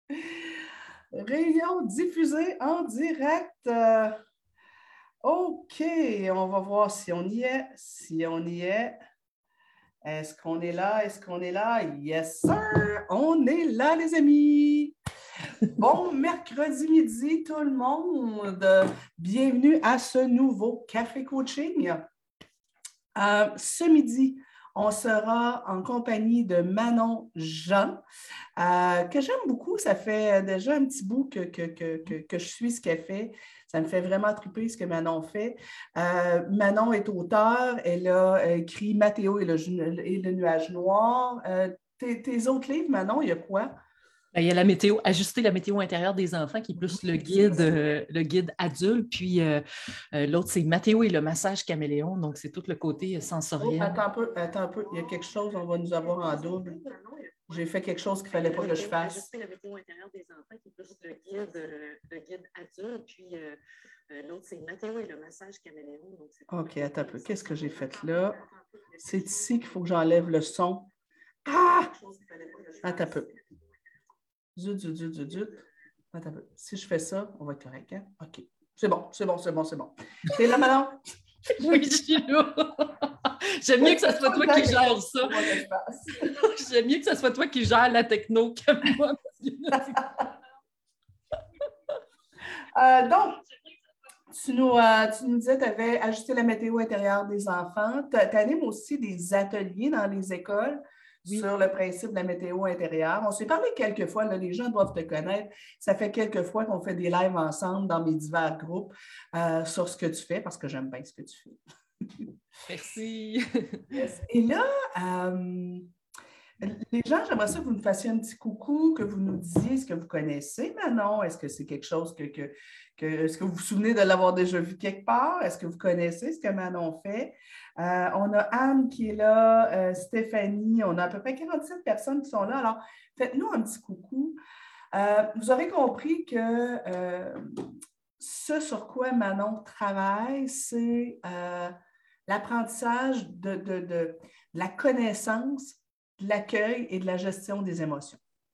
Réunion diffusée en direct. OK, on va voir si on y est. Si on y est. Est-ce qu'on est là? Est-ce qu'on est là? Yes, sir! On est là, les amis! Bon mercredi midi, tout le monde! Bienvenue à ce nouveau Café Coaching. Ce midi, on sera en compagnie de Manon Jean, que j'aime beaucoup. Ça fait déjà un petit bout que je suis ce qu'elle fait. Ça me fait vraiment triper ce que Manon fait. Manon est auteure. Elle a écrit Mathéo et le nuage noir. Tes autres livres, Manon, il y a quoi? Il y a la météo, ajuster la météo intérieure des enfants, qui est plus le guide adulte. Puis l'autre, c'est Mathéo et le massage caméléon. Donc, c'est tout le côté sensoriel. Oh, attends un peu. Il y a quelque chose, on va nous avoir en double. J'ai fait quelque chose qu'il ne fallait pas que je fasse. Ajuster la météo intérieure des enfants, qui est plus le guide adulte. Puis l'autre, c'est Mathéo et le massage caméléon. Donc, OK, attends un peu. Qu'est-ce que j'ai fait là? C'est ici qu'il faut que j'enlève le son. Ah! Attends un peu. Zut. Attends un peu. Si je fais ça, on va être correct, hein? OK. C'est bon. T'es là, Manon? Oui, je suis là. J'aime mieux que ce soit toi qui gères ça. J'aime mieux que ce soit toi qui gères la techno que moi. Donc, tu nous disais que tu avais ajusté la météo intérieure des enfants. Tu animes aussi des ateliers dans les écoles sur le principe de la météo intérieure. On s'est parlé quelques fois, là, les gens doivent te connaître. Ça fait quelques fois qu'on fait des lives ensemble dans mes divers groupes sur ce que tu fais, parce que j'aime bien ce que tu fais. Merci. Yes. Et là, les gens, j'aimerais ça que vous nous fassiez un petit coucou, que vous nous disiez ce que vous connaissez, Manon. Est-ce que c'est quelque chose est-ce que vous vous souvenez de l'avoir déjà vu quelque part? Est-ce que vous connaissez ce que Manon fait? On a Anne qui est là, Stéphanie, on a à peu près 47 personnes qui sont là. Alors, faites-nous un petit coucou. Vous aurez compris que ce sur quoi Manon travaille, c'est l'apprentissage de la connaissance, de l'accueil et de la gestion des émotions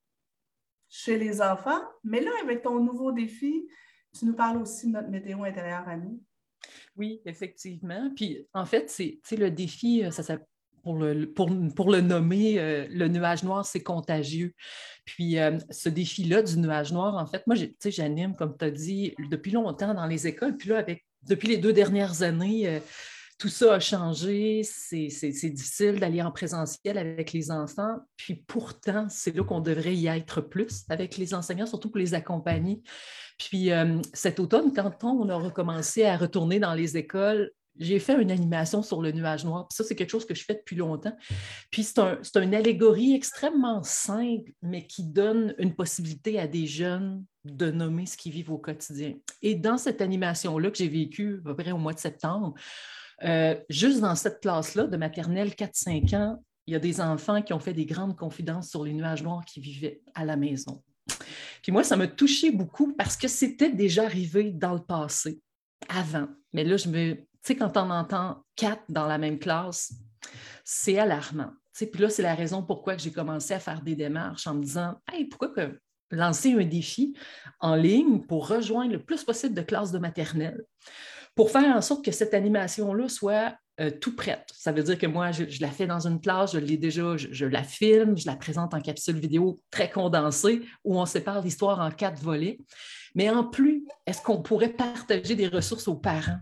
chez les enfants. Mais là, avec ton nouveau défi, tu nous parles aussi de notre météo intérieure à nous. Oui, effectivement. Puis, en fait, c'est le défi, pour le nommer, le nuage noir, c'est contagieux. Puis, ce défi-là du nuage noir, en fait, moi, j'anime, comme tu as dit, depuis longtemps dans les écoles. Puis là, depuis les 2 dernières années, tout ça a changé, c'est difficile d'aller en présentiel avec les enfants, puis pourtant, c'est là qu'on devrait y être plus avec les enseignants, surtout pour les accompagner. Puis cet automne, quand on a recommencé à retourner dans les écoles, j'ai fait une animation sur le nuage noir. Puis ça, c'est quelque chose que je fais depuis longtemps. Puis c'est une allégorie extrêmement simple, mais qui donne une possibilité à des jeunes de nommer ce qu'ils vivent au quotidien. Et dans cette animation-là que j'ai vécue à peu près au mois de septembre, juste dans cette classe-là, de maternelle 4-5 ans, il y a des enfants qui ont fait des grandes confidences sur les nuages noirs qui vivaient à la maison. Puis moi, ça m'a touchée beaucoup parce que c'était déjà arrivé dans le passé, avant. Mais là, tu sais, quand on entend 4 dans la même classe, c'est alarmant. Puis là, c'est la raison pourquoi j'ai commencé à faire des démarches en me disant, hey, pourquoi que lancer un défi en ligne pour rejoindre le plus possible de classes de maternelle, pour faire en sorte que cette animation-là soit tout prête. Ça veut dire que moi, je la fais dans une classe, je l'ai déjà, je la filme, je la présente en capsule vidéo très condensée où on sépare l'histoire en 4 volets. Mais en plus, est-ce qu'on pourrait partager des ressources aux parents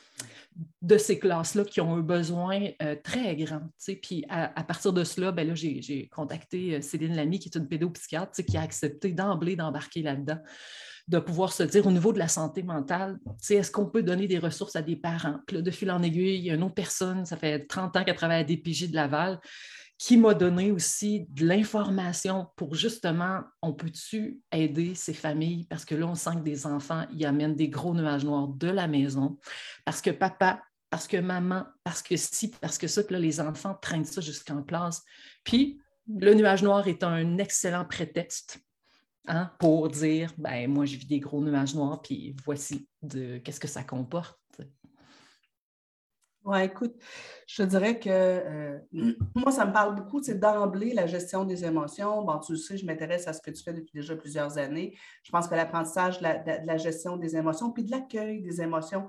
de ces classes-là qui ont un besoin très grand? Puis à partir de cela, ben là, j'ai contacté Céline Lamy, qui est une pédopsychiatre, qui a accepté d'emblée d'embarquer là-dedans, de pouvoir se dire au niveau de la santé mentale, est-ce qu'on peut donner des ressources à des parents? Puis là, de fil en aiguille, il y a une autre personne, ça fait 30 ans qu'elle travaille à DPJ de Laval, qui m'a donné aussi de l'information pour justement, on peut-tu aider ces familles? Parce que là, on sent que des enfants, ils amènent des gros nuages noirs de la maison, parce que papa, parce que maman, parce que ci, parce que ça, puis là, les enfants traînent ça jusqu'en classe. Puis, le nuage noir est un excellent prétexte, hein, pour dire, ben moi, je vis des gros nuages noirs, puis voici qu'est-ce que ça comporte. Oui, écoute, je te dirais que moi, ça me parle beaucoup, c'est d'emblée la gestion des émotions. Bon, tu le sais, je m'intéresse à ce que tu fais depuis déjà plusieurs années. Je pense que l'apprentissage de la gestion des émotions, puis de l'accueil des émotions,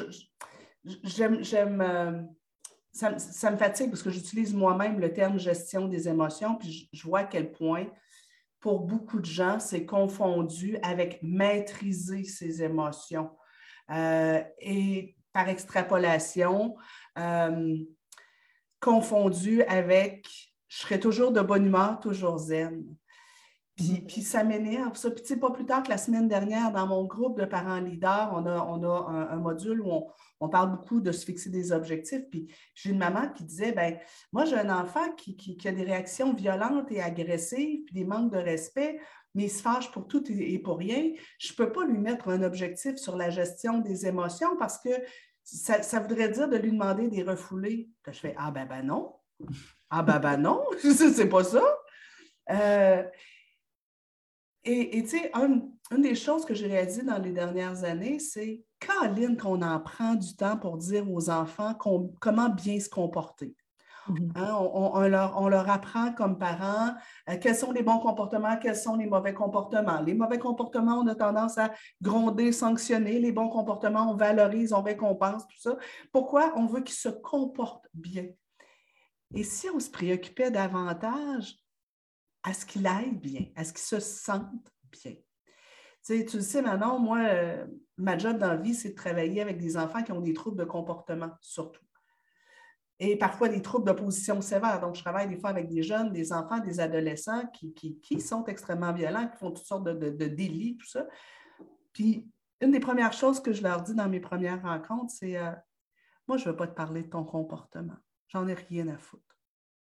j'aime ça me fatigue parce que j'utilise moi-même le terme gestion des émotions, puis je vois à quel point, pour beaucoup de gens, c'est confondu avec maîtriser ses émotions. Et par extrapolation, euh, confondu avec je serai toujours de bonne humeur, toujours zen. Puis ça m'énerve, ça. Puis, tu sais, pas plus tard que la semaine dernière, dans mon groupe de parents leaders, on a un module où on parle beaucoup de se fixer des objectifs. Puis, j'ai une maman qui disait, ben moi, j'ai un enfant qui a des réactions violentes et agressives, puis des manques de respect, mais il se fâche pour tout et pour rien. Je ne peux pas lui mettre un objectif sur la gestion des émotions parce que ça voudrait dire de lui demander des refoulés. Puis je fais, ah ben non. Ah ben non, c'est pas ça. Et tu sais, une des choses que j'ai réalisées dans les dernières années, c'est Caroline qu'on en prend du temps pour dire aux enfants comment bien se comporter. Hein, on leur apprend comme parents quels sont les bons comportements, quels sont les mauvais comportements. Les mauvais comportements, on a tendance à gronder, sanctionner. Les bons comportements, on valorise, on récompense, tout ça. Pourquoi? On veut qu'ils se comportent bien. Et si on se préoccupait davantage à ce qu'il aille bien, à ce qu'il se sente bien. Tu le sais, Manon, moi, ma job dans la vie, c'est de travailler avec des enfants qui ont des troubles de comportement, surtout. Et parfois des troubles d'opposition sévère. Donc, je travaille des fois avec des jeunes, des enfants, des adolescents qui sont extrêmement violents, qui font toutes sortes de délits, tout ça. Puis, une des premières choses que je leur dis dans mes premières rencontres, c'est moi, je ne veux pas te parler de ton comportement. J'en ai rien à foutre.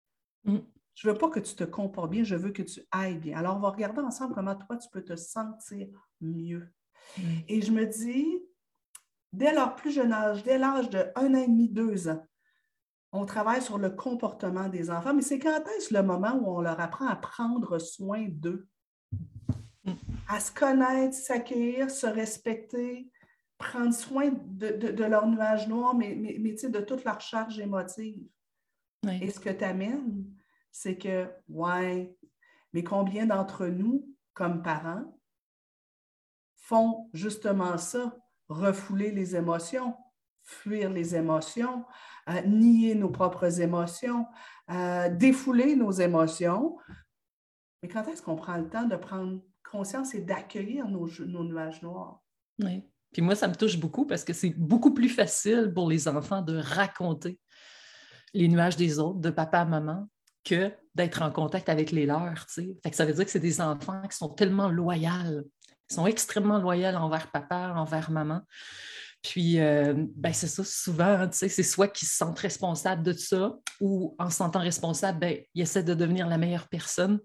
Je ne veux pas que tu te comportes bien, je veux que tu ailles bien. Alors, on va regarder ensemble comment toi, tu peux te sentir mieux. Et je me dis, dès leur plus jeune âge, dès l'âge de 1 an et demi, 2 ans, on travaille sur le comportement des enfants, mais c'est quand est-ce le moment où on leur apprend à prendre soin d'eux, à se connaître, s'accueillir, se respecter, prendre soin de leur nuage noir, mais de toute leur charge émotive. Oui. Et ce que tu amènes, c'est que, ouais, mais combien d'entre nous, comme parents, font justement ça, refouler les émotions, fuir les émotions, nier nos propres émotions, défouler nos émotions. Mais quand est-ce qu'on prend le temps de prendre conscience et d'accueillir nos nuages noirs? Oui. Puis moi, ça me touche beaucoup parce que c'est beaucoup plus facile pour les enfants de raconter les nuages des autres, de papa à maman, que d'être en contact avec les leurs. Fait que ça veut dire que c'est des enfants qui sont tellement loyaux. Ils sont extrêmement loyaux envers papa, envers maman. Puis, ben c'est ça, souvent, c'est soit qu'ils se sentent responsables de ça ou en se sentant responsable, ben, ils essaient de devenir la meilleure personne.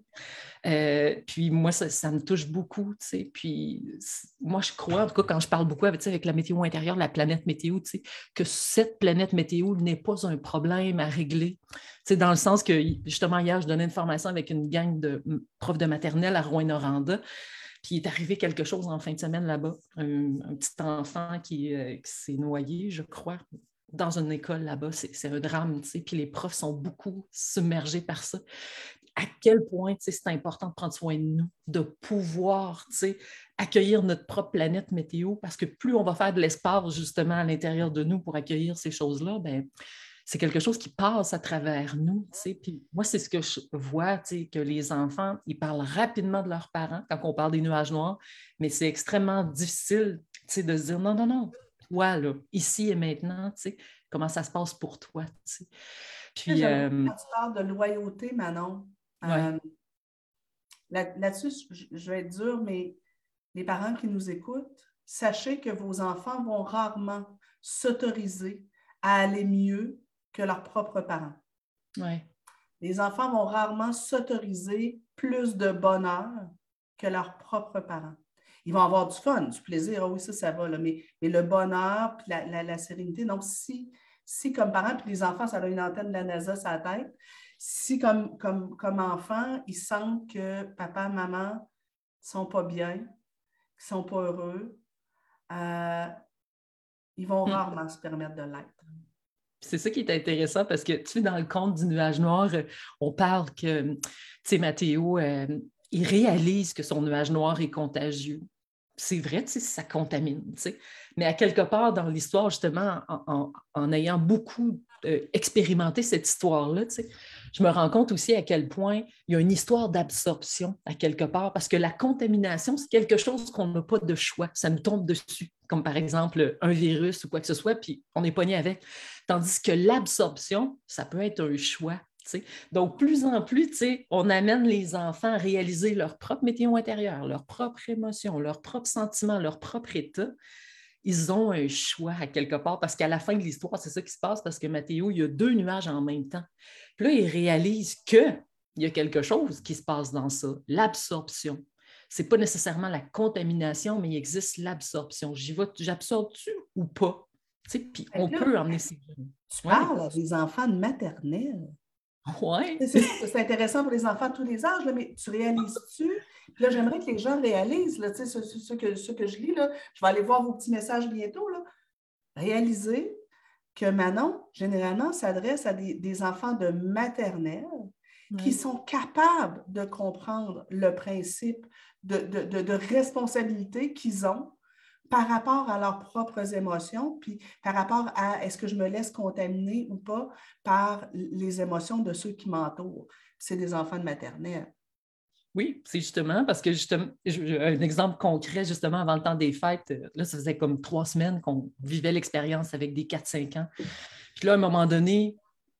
Puis moi, ça me touche beaucoup, tu sais. Puis moi, je crois, en tout cas, quand je parle beaucoup avec la météo intérieure, la planète météo, tu sais, que cette planète météo n'est pas un problème à régler. Tu sais, dans le sens que, justement, hier, je donnais une formation avec une gang de profs de maternelle à Rouyn-Noranda. Puis il est arrivé quelque chose en fin de semaine là-bas. Un petit enfant qui s'est noyé, je crois, dans une école là-bas. C'est un drame, tu sais. Puis les profs sont beaucoup submergés par ça. À quel point c'est important de prendre soin de nous, de pouvoir accueillir notre propre planète météo, parce que plus on va faire de l'espace justement à l'intérieur de nous pour accueillir ces choses-là, ben, c'est quelque chose qui passe à travers nous. Puis moi, c'est ce que je vois, que les enfants, ils parlent rapidement de leurs parents quand on parle des nuages noirs, mais c'est extrêmement difficile de se dire non, non, non, toi, là, ici et maintenant, comment ça se passe pour toi. Puis, quand tu parles de loyauté, Manon, ouais. Là-dessus, je vais être dure, mais les parents qui nous écoutent, sachez que vos enfants vont rarement s'autoriser à aller mieux que leurs propres parents. Ouais. Les enfants vont rarement s'autoriser plus de bonheur que leurs propres parents. Ils vont avoir du fun, du plaisir, ah oui, ça va, là, mais le bonheur puis la sérénité. Donc, si comme parents, puis les enfants, ça a une antenne de la NASA sur la tête, si comme enfants, ils sentent que papa, maman ne sont pas bien, qu'ils ne sont pas heureux, ils vont rarement se permettre de l'être. C'est ça qui est intéressant parce que, tu sais, dans le conte du nuage noir, on parle que, tu sais, Mathéo, il réalise que son nuage noir est contagieux. C'est vrai, tu sais, ça contamine, tu sais. Mais à quelque part dans l'histoire, justement, en ayant beaucoup expérimenté cette histoire-là, tu sais, je me rends compte aussi à quel point il y a une histoire d'absorption à quelque part, parce que la contamination, c'est quelque chose qu'on n'a pas de choix, ça nous tombe dessus, comme par exemple un virus ou quoi que ce soit, puis on est pogné avec. Tandis que l'absorption, ça peut être un choix. T'sais. Donc, plus en plus, on amène les enfants à réaliser leur propre météo intérieur, leur propre émotion, leurs propres sentiments, leur propre état. Ils ont un choix à quelque part parce qu'à la fin de l'histoire, c'est ça qui se passe parce que Mathéo, il y a 2 nuages en même temps. Puis là, il réalise qu'il y a quelque chose qui se passe dans ça, l'absorption. Ce n'est pas nécessairement la contamination, mais il existe l'absorption. J'absorbe-tu ou pas? Puis on peut emmener ces jeunes. Tu parles à des enfants de maternelle. Oui. C'est intéressant pour les enfants de tous les âges, là, mais tu réalises-tu? Puis là, j'aimerais que les gens réalisent, là, ce que je lis, là, je vais aller voir vos petits messages bientôt. Là. Réaliser que Manon, généralement, s'adresse à des enfants de maternelle qui sont capables de comprendre le principe de responsabilité qu'ils ont par rapport à leurs propres émotions, puis par rapport à est-ce que je me laisse contaminer ou pas par les émotions de ceux qui m'entourent. C'est des enfants de maternelle. Oui, c'est justement parce que, justement, un exemple concret, justement, avant le temps des fêtes, là, ça faisait comme 3 semaines qu'on vivait l'expérience avec des 4-5 ans. Puis là, à un moment donné,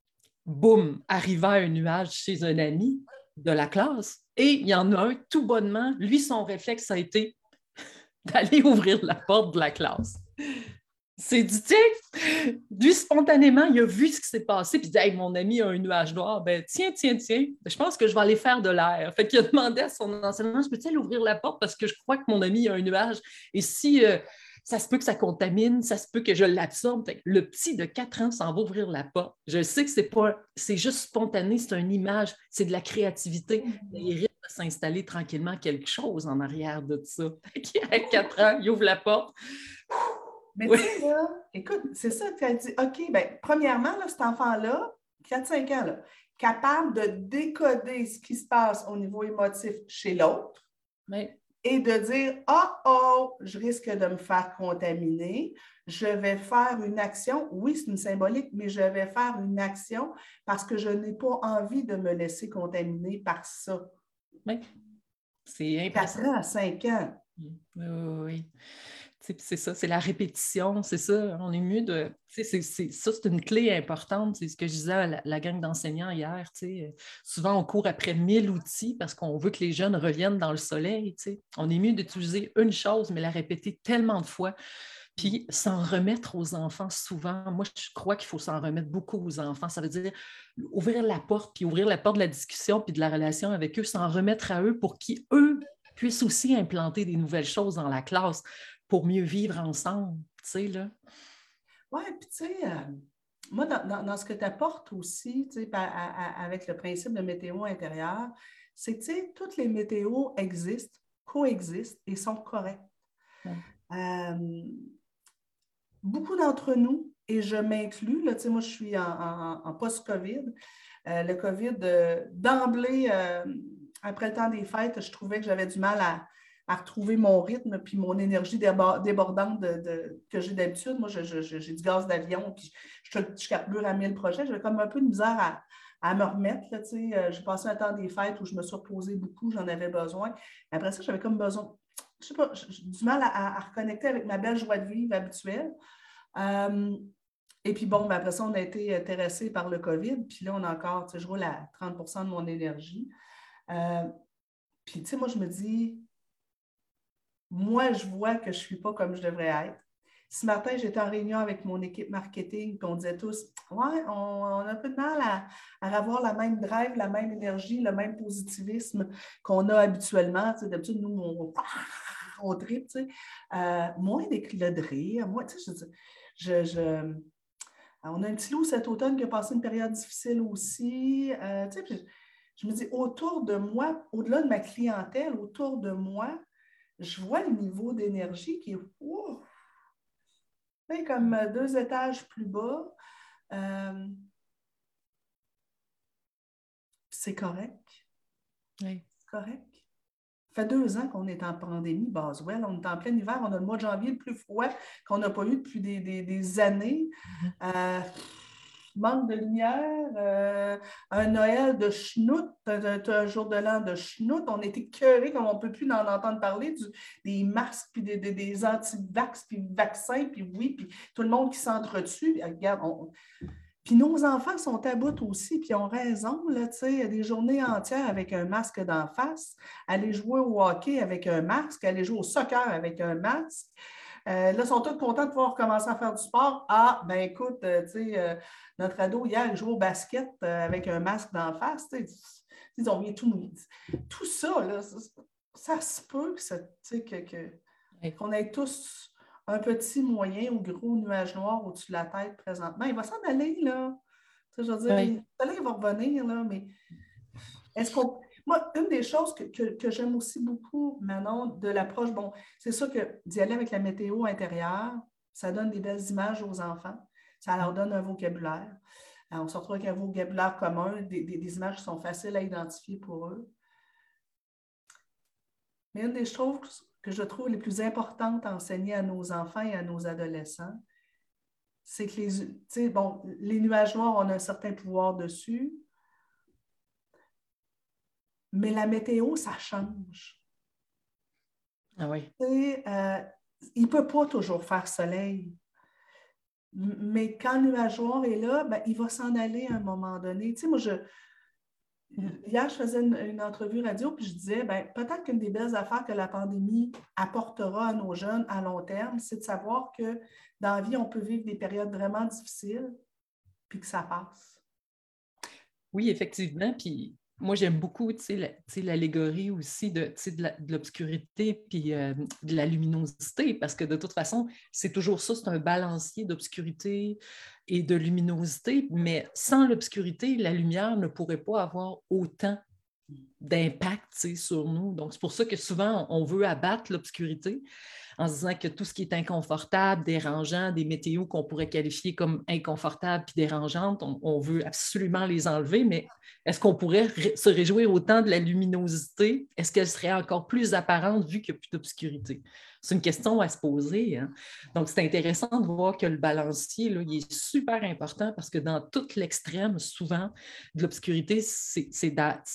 boum, arriva un nuage chez un ami de la classe et il y en a un tout bonnement, lui, son réflexe a été d'aller ouvrir la porte de la classe. C'est dit, tiens, lui, spontanément, il a vu ce qui s'est passé, puis il dit, hey, mon ami a un nuage noir, ben tiens, je pense que je vais aller faire de l'air. Fait qu'il a demandé à son enseignant, je peux-tu aller ouvrir la porte parce que je crois que mon ami a un nuage, et si ça se peut que ça contamine, ça se peut que je l'absorbe. Le petit de 4 ans s'en va ouvrir la porte. Je sais que c'est juste spontané, c'est une image, c'est de la créativité. Il risque de s'installer tranquillement quelque chose en arrière de ça. À 4 ans, il ouvre la porte. Mais tu sais, là, écoute, c'est ça que tu as dit. OK, bien, premièrement, là, cet enfant-là, 4-5 ans, là, capable de décoder ce qui se passe au niveau émotif chez l'autre et de dire « Oh, je risque de me faire contaminer, je vais faire une action. » Oui, c'est une symbolique, mais je vais faire une action parce que je n'ai pas envie de me laisser contaminer par ça. Oui, c'est impressionnant. 4 ans à 5 ans. Oui. C'est ça, c'est la répétition, c'est ça. On est mieux de. Ça, c'est une clé importante. C'est ce que je disais à la gang d'enseignants hier. Souvent, on court après 1000 outils parce qu'on veut que les jeunes reviennent dans le soleil. On est mieux d'utiliser une chose, mais la répéter tellement de fois. Puis s'en remettre aux enfants souvent. Moi, je crois qu'il faut s'en remettre beaucoup aux enfants. Ça veut dire ouvrir la porte, puis ouvrir la porte de la discussion, puis de la relation avec eux, s'en remettre à eux pour qu'eux puissent aussi implanter des nouvelles choses dans la classe pour mieux vivre ensemble, tu sais, là. Oui, puis tu sais, moi, dans ce que tu apportes aussi, tu sais, avec le principe de météo intérieure, c'est que, tu sais, toutes les météos existent, coexistent et sont correctes. Beaucoup d'entre nous, et je m'inclus, là, tu sais, moi, je suis en post-COVID. Le COVID, d'emblée, après le temps des fêtes, je trouvais que j'avais du mal à retrouver mon rythme puis mon énergie débordante que j'ai d'habitude. Moi, j'ai du gaz d'avion puis je carbure à 1000 projets. J'avais comme un peu de misère à me remettre. Là, j'ai passé un temps des fêtes où je me suis reposée beaucoup, j'en avais besoin. Après ça, j'avais comme besoin, je sais pas, j'ai du mal à reconnecter avec ma belle joie de vivre habituelle. Et puis bon, après ça, on a été intéressés par le COVID. Puis là, on a encore, je roule à 30 de mon énergie. Puis, tu sais, moi, je me dis, moi, je vois que je ne suis pas comme je devrais être. Ce matin, j'étais en réunion avec mon équipe marketing, puis on disait tous, ouais, on a un peu de mal à avoir la même drive, la même énergie, le même positivisme qu'on a habituellement. Tu sais, d'habitude, nous, on tripe, tu sais. Moins d'éclat de rire. Moi, tu sais, on a un petit loup cet automne qui a passé une période difficile aussi. Tu sais, je me dis, autour de moi, au-delà de ma clientèle, autour de moi, je vois le niveau d'énergie qui est comme 2 étages plus bas. C'est correct. Oui. C'est correct. Ça fait 2 ans qu'on est en pandémie, Boswell. On est en plein hiver. On a le mois de janvier le plus froid qu'on n'a pas eu depuis des années. Manque de lumière, un Noël de schnout, un jour de l'an de schnout. On est écœurés comme on ne peut plus en entendre parler des masques, puis des anti-vax, puis vaccins, puis oui, puis tout le monde qui s'entretue. Regarde, puis nos enfants sont à bout aussi, puis ils ont raison, là, tu sais, des journées entières avec un masque d'en face, aller jouer au hockey avec un masque, aller jouer au soccer avec un masque. Là, ils sont tous contents de pouvoir commencer à faire du sport. Ah, ben écoute, tu sais, notre ado, hier, il jouait au basket avec un masque d'en face. Tu sais, ils ont mis tout. Tout ça, là, ça se peut qu'on ait tous un petit, moyen ou gros nuage noir au-dessus de la tête présentement. Il va s'en aller, là. Tu sais, je veux dire, Oui. il va revenir, là, mais est-ce qu'on... Moi, une des choses que j'aime aussi beaucoup, Manon, de l'approche, bon, c'est sûr que d'y aller avec la météo intérieure, ça donne des belles images aux enfants, ça leur donne un vocabulaire. On se retrouve avec un vocabulaire commun, des images qui sont faciles à identifier pour eux. Mais une des choses que je trouve les plus importantes à enseigner à nos enfants et à nos adolescents, c'est que les nuages noirs ont un certain pouvoir dessus, mais la météo, ça change. Ah oui. Il ne peut pas toujours faire soleil. Mais quand le nuage noir est là, ben, il va s'en aller à un moment donné. Tu sais, moi, hier, je faisais une entrevue radio, puis je disais, ben, peut-être qu'une des belles affaires que la pandémie apportera à nos jeunes à long terme, c'est de savoir que dans la vie, on peut vivre des périodes vraiment difficiles, puis que ça passe. Oui, effectivement. Puis moi, j'aime beaucoup l'allégorie aussi de l'obscurité puis de la luminosité, parce que de toute façon, c'est toujours ça, c'est un balancier d'obscurité et de luminosité, mais sans l'obscurité, la lumière ne pourrait pas avoir autant d'impact sur nous. Donc, c'est pour ça que souvent, on veut abattre l'obscurité en se disant que tout ce qui est inconfortable, dérangeant, des météos qu'on pourrait qualifier comme inconfortables puis dérangeantes, on veut absolument les enlever, mais est-ce qu'on pourrait se réjouir autant de la luminosité? Est-ce qu'elle serait encore plus apparente vu qu'il n'y a plus d'obscurité? C'est une question à se poser. Hein? Donc, c'est intéressant de voir que le balancier, là, il est super important parce que dans tout l'extrême, souvent, de l'obscurité, c'est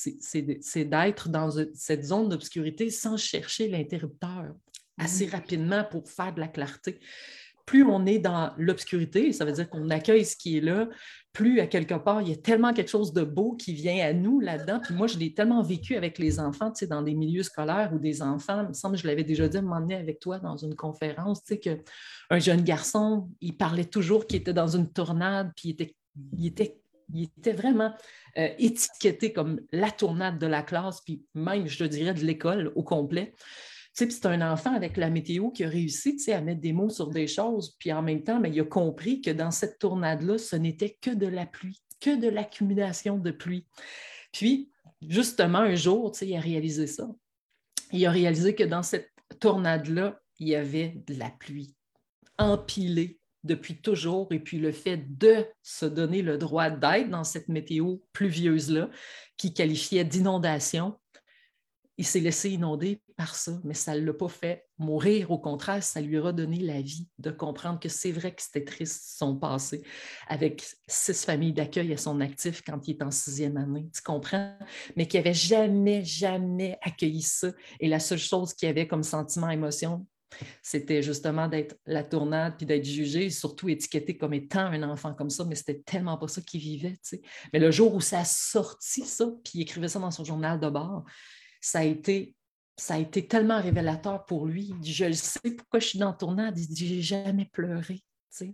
d'être dans cette zone d'obscurité sans chercher l'interrupteur assez rapidement pour faire de la clarté. Plus on est dans l'obscurité, ça veut dire qu'on accueille ce qui est là, plus à quelque part, il y a tellement quelque chose de beau qui vient à nous là-dedans. Puis moi, je l'ai tellement vécu avec les enfants, tu sais, dans des milieux scolaires où des enfants, il me semble que je l'avais déjà dit à un moment donné avec toi dans une conférence, tu sais, qu'un jeune garçon, il parlait toujours qu'il était dans une tornade, puis il était vraiment étiqueté comme la tornade de la classe, puis même, je te dirais, de l'école au complet. C'est un enfant avec la météo qui a réussi à mettre des mots sur des choses, puis en même temps, il a compris que dans cette tornade-là, ce n'était que de la pluie, que de l'accumulation de pluie. Puis, justement, un jour, il a réalisé ça. Il a réalisé que dans cette tornade-là, il y avait de la pluie empilée depuis toujours, et puis le fait de se donner le droit d'être dans cette météo pluvieuse-là, qui qualifiait d'inondation, il s'est laissé inonder par ça, mais ça ne l'a pas fait mourir. Au contraire, ça lui aura donné la vie de comprendre que c'est vrai que c'était triste son passé, avec 6 familles d'accueil à son actif quand il est en 6e année, tu comprends? Mais qu'il n'avait jamais, jamais accueilli ça. Et la seule chose qu'il avait comme sentiment, émotion, c'était justement d'être la tornade puis d'être jugé, surtout étiqueté comme étant un enfant comme ça, mais c'était tellement pas ça qu'il vivait. Tu sais. Mais le jour où ça a sorti ça, puis il écrivait ça dans son journal de bord, ça a été tellement révélateur pour lui. Il dit, je le sais pourquoi je suis dans la tornade. Il dit, j'ai jamais pleuré. Tu sais.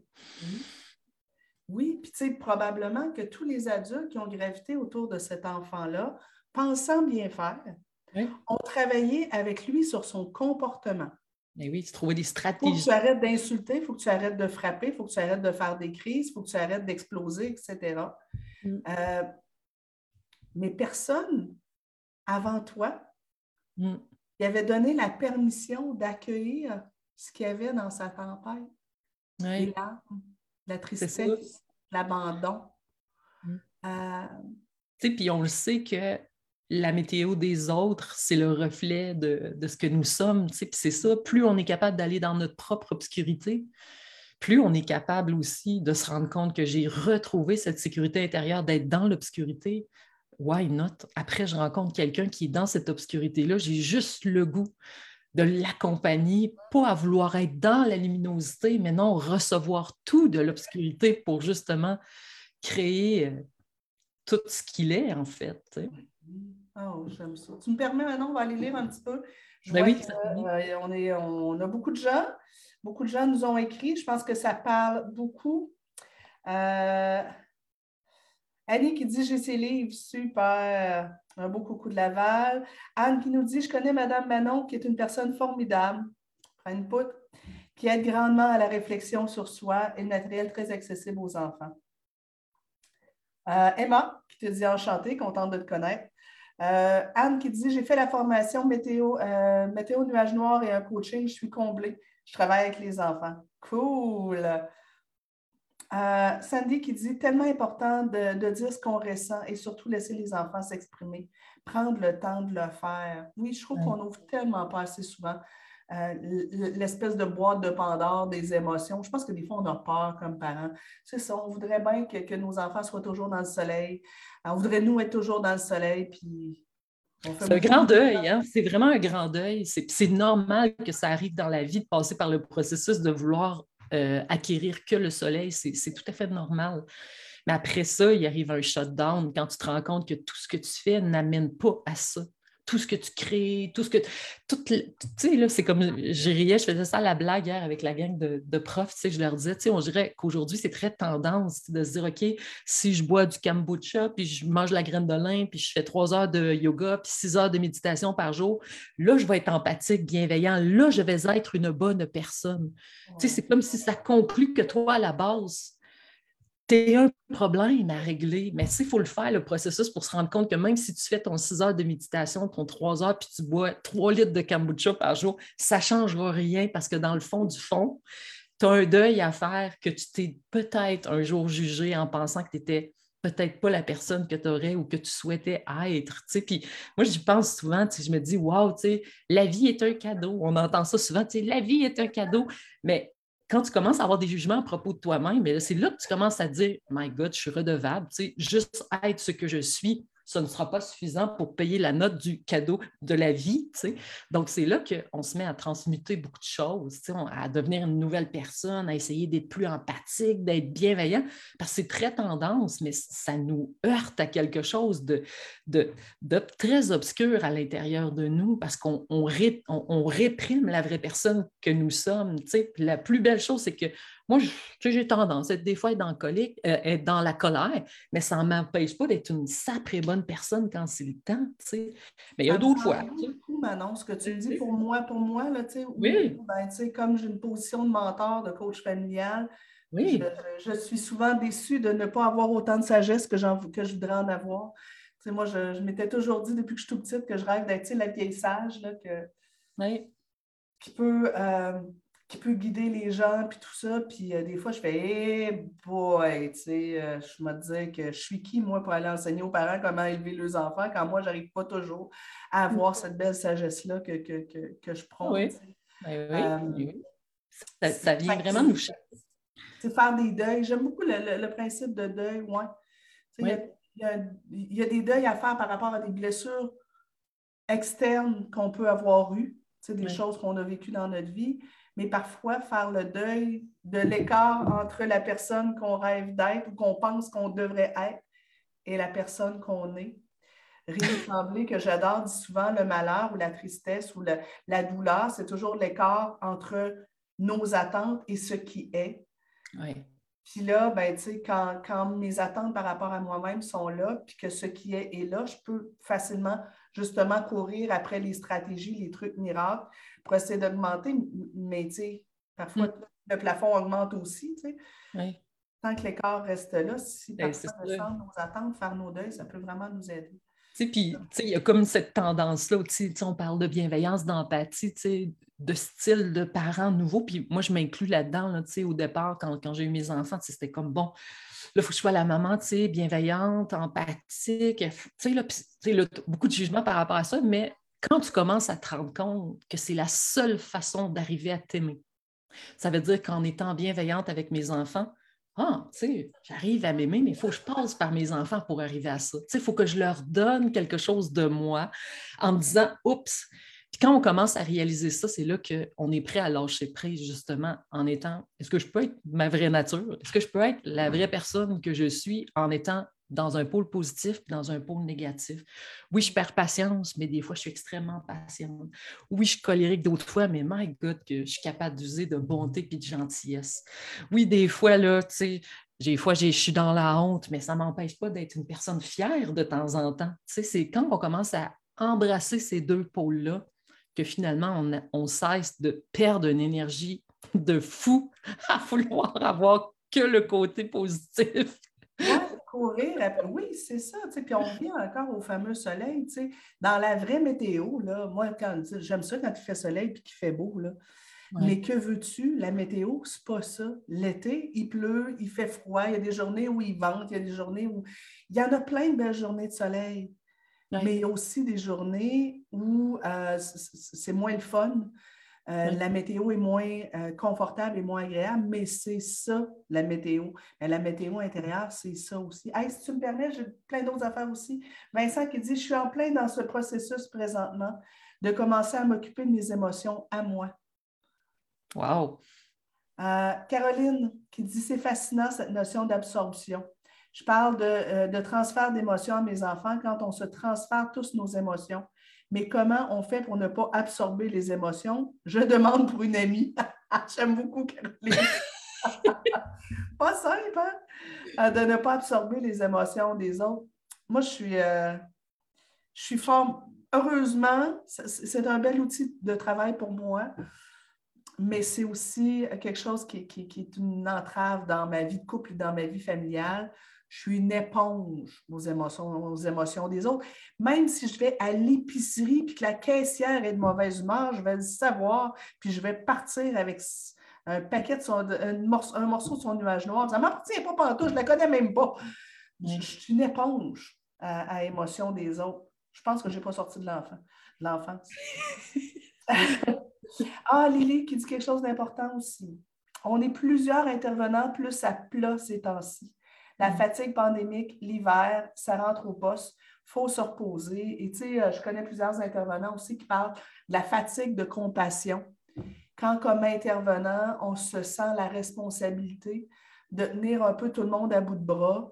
Oui, puis tu sais, probablement que tous les adultes qui ont gravité autour de cet enfant-là, pensant bien faire, ont travaillé avec lui sur son comportement. Mais oui, tu trouvais des stratégies. Il faut que tu arrêtes d'insulter, il faut que tu arrêtes de frapper, il faut que tu arrêtes de faire des crises, il faut que tu arrêtes d'exploser, etc. Mais personne, avant toi, il avait donné la permission d'accueillir ce qu'il y avait dans sa tempête. Les larmes, la tristesse, l'abandon. Puis on le sait que la météo des autres, c'est le reflet de ce que nous sommes. Puis c'est ça, plus on est capable d'aller dans notre propre obscurité, plus on est capable aussi de se rendre compte que j'ai retrouvé cette sécurité intérieure d'être dans l'obscurité. Why not? Après, je rencontre quelqu'un qui est dans cette obscurité-là, j'ai juste le goût de l'accompagner, pas à vouloir être dans la luminosité, mais non, recevoir tout de l'obscurité pour justement créer tout ce qu'il est, en fait. Oh, j'aime ça. Tu me permets maintenant, on va aller lire un petit peu. Je Ben vois oui, qu'on a beaucoup de gens. Beaucoup de gens nous ont écrit. Je pense que ça parle beaucoup. Annie qui dit « J'ai ses livres, super! » Un beau coucou de Laval. Anne qui nous dit « Je connais Madame Manon, qui est une personne formidable. » Prends une poutre. Qui aide grandement à la réflexion sur soi et le matériel très accessible aux enfants. Emma qui te dit « Enchantée, contente de te connaître. » Anne qui dit « J'ai fait la formation météo, nuage noir et un coaching, je suis comblée. Je travaille avec les enfants. » Cool! Sandy qui dit « Tellement important de dire ce qu'on ressent et surtout laisser les enfants s'exprimer. Prendre le temps de le faire. » Oui, je trouve qu'on ouvre tellement pas assez souvent l'espèce de boîte de Pandore des émotions. Je pense que des fois, on a peur comme parents. C'est ça, on voudrait bien que nos enfants soient toujours dans le soleil. On voudrait, nous, être toujours dans le soleil, puis c'est un grand deuil, hein? C'est vraiment un grand deuil. C'est normal que ça arrive dans la vie de passer par le processus de vouloir acquérir que le soleil. C'est tout à fait normal. Mais après ça, il arrive un shutdown quand tu te rends compte que tout ce que tu fais n'amène pas à ça. Tout ce que tu crées, tout ce que... Tu sais, là, c'est comme... Je riais, je faisais ça à la blague hier avec la gang de profs, tu sais, je leur disais, tu sais, on dirait qu'aujourd'hui, c'est très tendance de se dire, OK, si je bois du kombucha, puis je mange la graine de lin, puis je fais 3 heures de yoga, puis 6 heures de méditation par jour, là, je vais être empathique, bienveillant, là, je vais être une bonne personne. Ouais. Tu sais, c'est comme si ça conclut que toi, à la base, tu as un problème à régler, mais il faut le faire, le processus, pour se rendre compte que même si tu fais ton 6 heures de méditation, ton 3 heures, puis tu bois 3 litres de kombucha par jour, ça ne changera rien parce que dans le fond du fond, tu as un deuil à faire que tu t'es peut-être un jour jugé en pensant que tu n'étais peut-être pas la personne que tu aurais ou que tu souhaitais être. Puis moi, j'y pense souvent, je me dis, wow, la vie est un cadeau. On entend ça souvent, la vie est un cadeau, mais quand tu commences à avoir des jugements à propos de toi-même, c'est là que tu commences à dire « My God, je suis redevable. » Juste être ce que je suis, ça ne sera pas suffisant pour payer la note du cadeau de la vie. Donc, c'est là qu'on se met à transmuter beaucoup de choses, à devenir une nouvelle personne, à essayer d'être plus empathique, d'être bienveillant, parce que c'est très tendance, mais ça nous heurte à quelque chose de très obscur à l'intérieur de nous, parce qu'on réprime la vraie personne que nous sommes. La plus belle chose, c'est que moi, j'ai tendance à des fois être être dans la colère, mais ça ne m'empêche pas d'être une sacrée bonne personne quand c'est le temps. Mais il y a d'autres fois. Beaucoup, Manon, ce que tu me dis pour moi, là, oui. Comme j'ai une position de mentor, de coach familial, oui. je suis souvent déçue de ne pas avoir autant de sagesse que je voudrais en avoir. Moi, je m'étais toujours dit depuis que je suis toute petite que je rêve d'être la vieille sage là, qui peut guider les gens, puis tout ça. Puis des fois, je fais « Hey boy! » je me dis que je suis qui, moi, pour aller enseigner aux parents comment élever leurs enfants quand moi, je n'arrive pas toujours à avoir cette belle sagesse-là que je prône. Oui. Ça vient vraiment nous chercher. C'est faire des deuils. J'aime beaucoup le principe de deuil, ouais. Il y a des deuils à faire par rapport à des blessures externes qu'on peut avoir eues, des choses qu'on a vécues dans notre vie, mais parfois faire le deuil de l'écart entre la personne qu'on rêve d'être ou qu'on pense qu'on devrait être et la personne qu'on est. Rémi Tremblay, que j'adore, dit souvent le malheur ou la tristesse ou la douleur, c'est toujours l'écart entre nos attentes et ce qui est. Oui. Puis là, quand mes attentes par rapport à moi-même sont là, puis que ce qui est là, je peux facilement, justement, courir après les stratégies, les trucs miracles pour essayer d'augmenter. Mais, parfois, le plafond augmente aussi, Oui. Tant que l'écart reste là, si parfois descendre nos attentes, faire nos deuils, ça peut vraiment nous aider. Puis, il y a comme cette tendance-là, on parle de bienveillance, d'empathie, de style de parents nouveaux. Puis moi, je m'inclus là-dedans, là, au départ, quand j'ai eu mes enfants, c'était comme bon. Là, il faut que je sois la maman, bienveillante, empathique. Là, beaucoup de jugements par rapport à ça, mais quand tu commences à te rendre compte que c'est la seule façon d'arriver à t'aimer, ça veut dire qu'en étant bienveillante avec mes enfants, j'arrive à m'aimer, mais il faut que je passe par mes enfants pour arriver à ça. Il faut que je leur donne quelque chose de moi en me disant, oups. Puis quand on commence à réaliser ça, c'est là qu'on est prêt à lâcher prise, justement, en étant, est-ce que je peux être ma vraie nature? Est-ce que je peux être la vraie personne que je suis en étant dans un pôle positif et dans un pôle négatif? Oui, je perds patience, mais des fois, je suis extrêmement patiente. Oui, je suis colérique d'autres fois, mais my God, que je suis capable d'user de bonté et de gentillesse. Oui, des fois, là, tu sais, je suis dans la honte, mais ça ne m'empêche pas d'être une personne fière de temps en temps. Tu sais, c'est quand on commence à embrasser ces deux pôles-là que finalement, on cesse de perdre une énergie de fou à vouloir avoir que le côté positif. Oui, courir après. Oui, c'est ça. Puis on revient encore au fameux soleil. Dans la vraie météo, là, moi, j'aime ça quand il fait soleil et qu'il fait beau. Là. Ouais. Mais que veux-tu? La météo, c'est pas ça. L'été, il pleut, il fait froid. Il y a des journées où il vente, il y a des journées où. Il y en a plein de belles journées de soleil. Ouais. Mais il y a aussi des journées où c'est moins le fun. La météo est moins confortable et moins agréable, mais c'est ça, la météo. Mais la météo intérieure, c'est ça aussi. Hey, si tu me permets, j'ai plein d'autres affaires aussi. Vincent qui dit, je suis en plein dans ce processus présentement de commencer à m'occuper de mes émotions à moi. Wow! Caroline qui dit, c'est fascinant cette notion d'absorption. Je parle de transfert d'émotions à mes enfants quand on se transfère tous nos émotions. Mais comment on fait pour ne pas absorber les émotions? Je demande pour une amie. J'aime beaucoup Caroline. Pas simple, hein? De ne pas absorber les émotions des autres. Moi, je suis fort. Heureusement, c'est un bel outil de travail pour moi, mais c'est aussi quelque chose qui est une entrave dans ma vie de couple et dans ma vie familiale. Je suis une éponge aux émotions des autres. Même si je vais à l'épicerie et que la caissière est de mauvaise humeur, je vais le savoir, puis je vais partir avec un paquet un morceau de son nuage noir. Ça ne m'appartient pas partout, je ne la connais même pas. Je suis une éponge à émotions des autres. Je pense que je n'ai pas sorti de l'enfance. Ah, Lily qui dit quelque chose d'important aussi. On est plusieurs intervenants plus à plat ces temps-ci. La fatigue pandémique, l'hiver, ça rentre au poste. Il faut se reposer. Et tu sais, je connais plusieurs intervenants aussi qui parlent de la fatigue de compassion. Quand, comme intervenant, on se sent la responsabilité de tenir un peu tout le monde à bout de bras,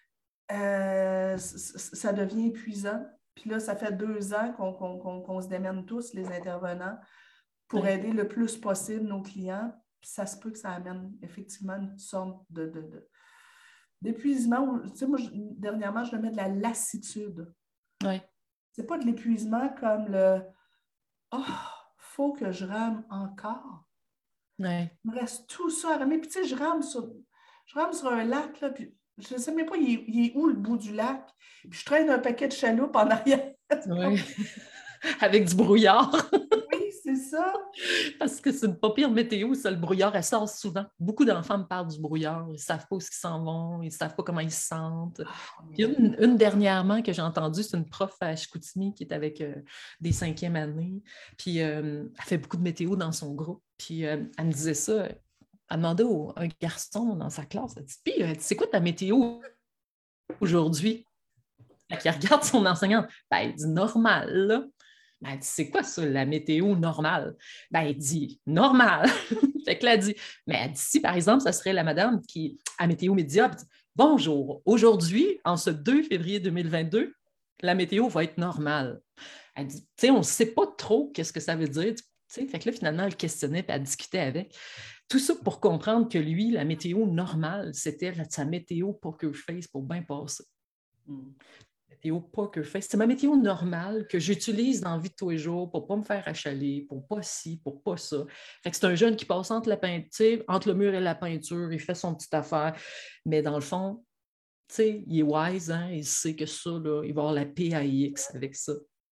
ça devient épuisant. Puis là, ça fait 2 ans qu'on se démène tous, les intervenants, pour aider le plus possible nos clients. Puis ça se peut que ça amène effectivement une sorte d'épuisement. Tu sais, moi, dernièrement, je le mets de la lassitude. Oui. C'est pas de l'épuisement comme le « Oh, faut que je rame encore. » Ouais. Il me reste tout ça à ramer. Puis tu sais, je rame sur un lac, là, puis je ne sais même pas il est où le bout du lac. Puis je traîne un paquet de chaloupes en arrière. Oui. Avec du brouillard. Oui, c'est ça. Parce que c'est une pas pire météo, ça, le brouillard, elle sort souvent. Beaucoup d'enfants me parlent du brouillard. Ils ne savent pas où ils s'en vont, ils ne savent pas comment ils se sentent. Puis une dernièrement que j'ai entendue, c'est une prof à Chicoutimi qui est avec des 5e années. Puis elle fait beaucoup de météo dans son groupe. Puis elle me disait ça. Elle demandait à un garçon dans sa classe, elle dit, puis, c'est quoi ta météo aujourd'hui? Qui regarde son enseignante. Ben, elle dit normal, là. Ben, elle dit, c'est quoi ça, la météo normale? Ben, elle dit normal. Fait que là, elle dit, mais elle dit, si par exemple, ça serait la madame qui, à Météo Média, dit, bonjour, aujourd'hui, en ce 2 février 2022, la météo va être normale. Elle dit, tu sais, on ne sait pas trop qu'est-ce que ça veut dire. Fait que là, finalement, elle questionnait et elle discutait avec. Tout ça pour comprendre que lui, la météo normale, c'était sa météo poker face pour bien passer. Météo poker face. C'est ma météo normale que j'utilise dans la vie de tous les jours pour ne pas me faire achaler, pour pas ci, pour pas ça. Fait que c'est un jeune qui passe entre la peinture, entre le mur et la peinture, il fait son petite affaire, mais dans le fond, il est wise, hein, il sait que ça, là, il va avoir la PAIX avec ça.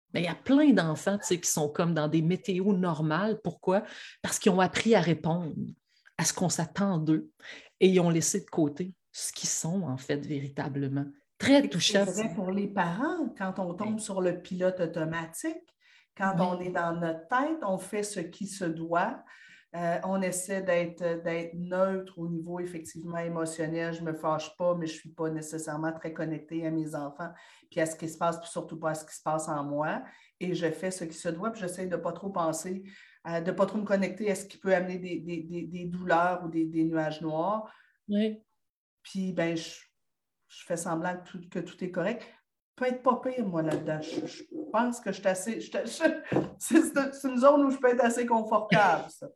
Mais il y a plein d'enfants, tu sais, qui sont comme dans des météos normales. Pourquoi? Parce qu'ils ont appris à répondre à ce qu'on s'attend d'eux et ils ont laissé de côté ce qu'ils sont, en fait, véritablement. Très C'est touchant. vrai pour les parents, quand on tombe sur le pilote automatique, quand on Oui, est dans notre tête, on fait ce qui se doit. On essaie d'être neutre au niveau effectivement émotionnel. Je ne me fâche pas, mais je ne suis pas nécessairement très connectée à mes enfants, puis à ce qui se passe, puis surtout pas à ce qui se passe en moi. Et je fais ce qui se doit, puis j'essaie de ne pas trop penser, de ne pas trop me connecter à ce qui peut amener des douleurs ou des nuages noirs. oui. Puis, ben, je fais semblant que tout est correct. Peut être pas pire, moi, là-dedans. Je pense que je suis assez. C'est une zone où je peux être assez confortable, ça.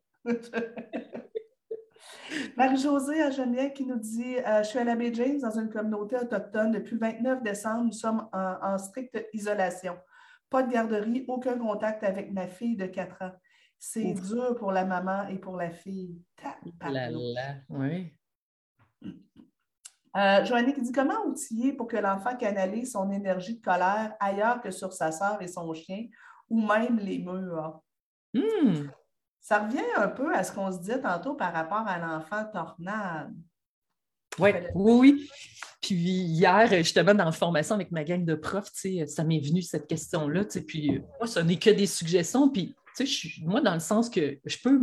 Marie-Josée à Geneviève qui nous dit je suis à la baie James dans une communauté autochtone. Depuis le 29 décembre, nous sommes en stricte isolation. Pas de garderie, aucun contact avec ma fille de 4 ans. C'est Ouf dur pour la maman et pour la fille. là Tabarnouche. là, oui. Joanny qui dit comment outiller pour que l'enfant canalise son énergie de colère ailleurs que sur sa sœur et son chien ou même les murs. Hmm. Ça revient un peu à ce qu'on se dit tantôt par rapport à l'enfant tornade. Ouais, oui, oui. Puis hier, justement, dans la formation avec ma gang de profs, tu sais, ça m'est venu cette question-là. Tu sais, puis moi, ce n'est que des suggestions. Puis, tu sais, moi, dans le sens que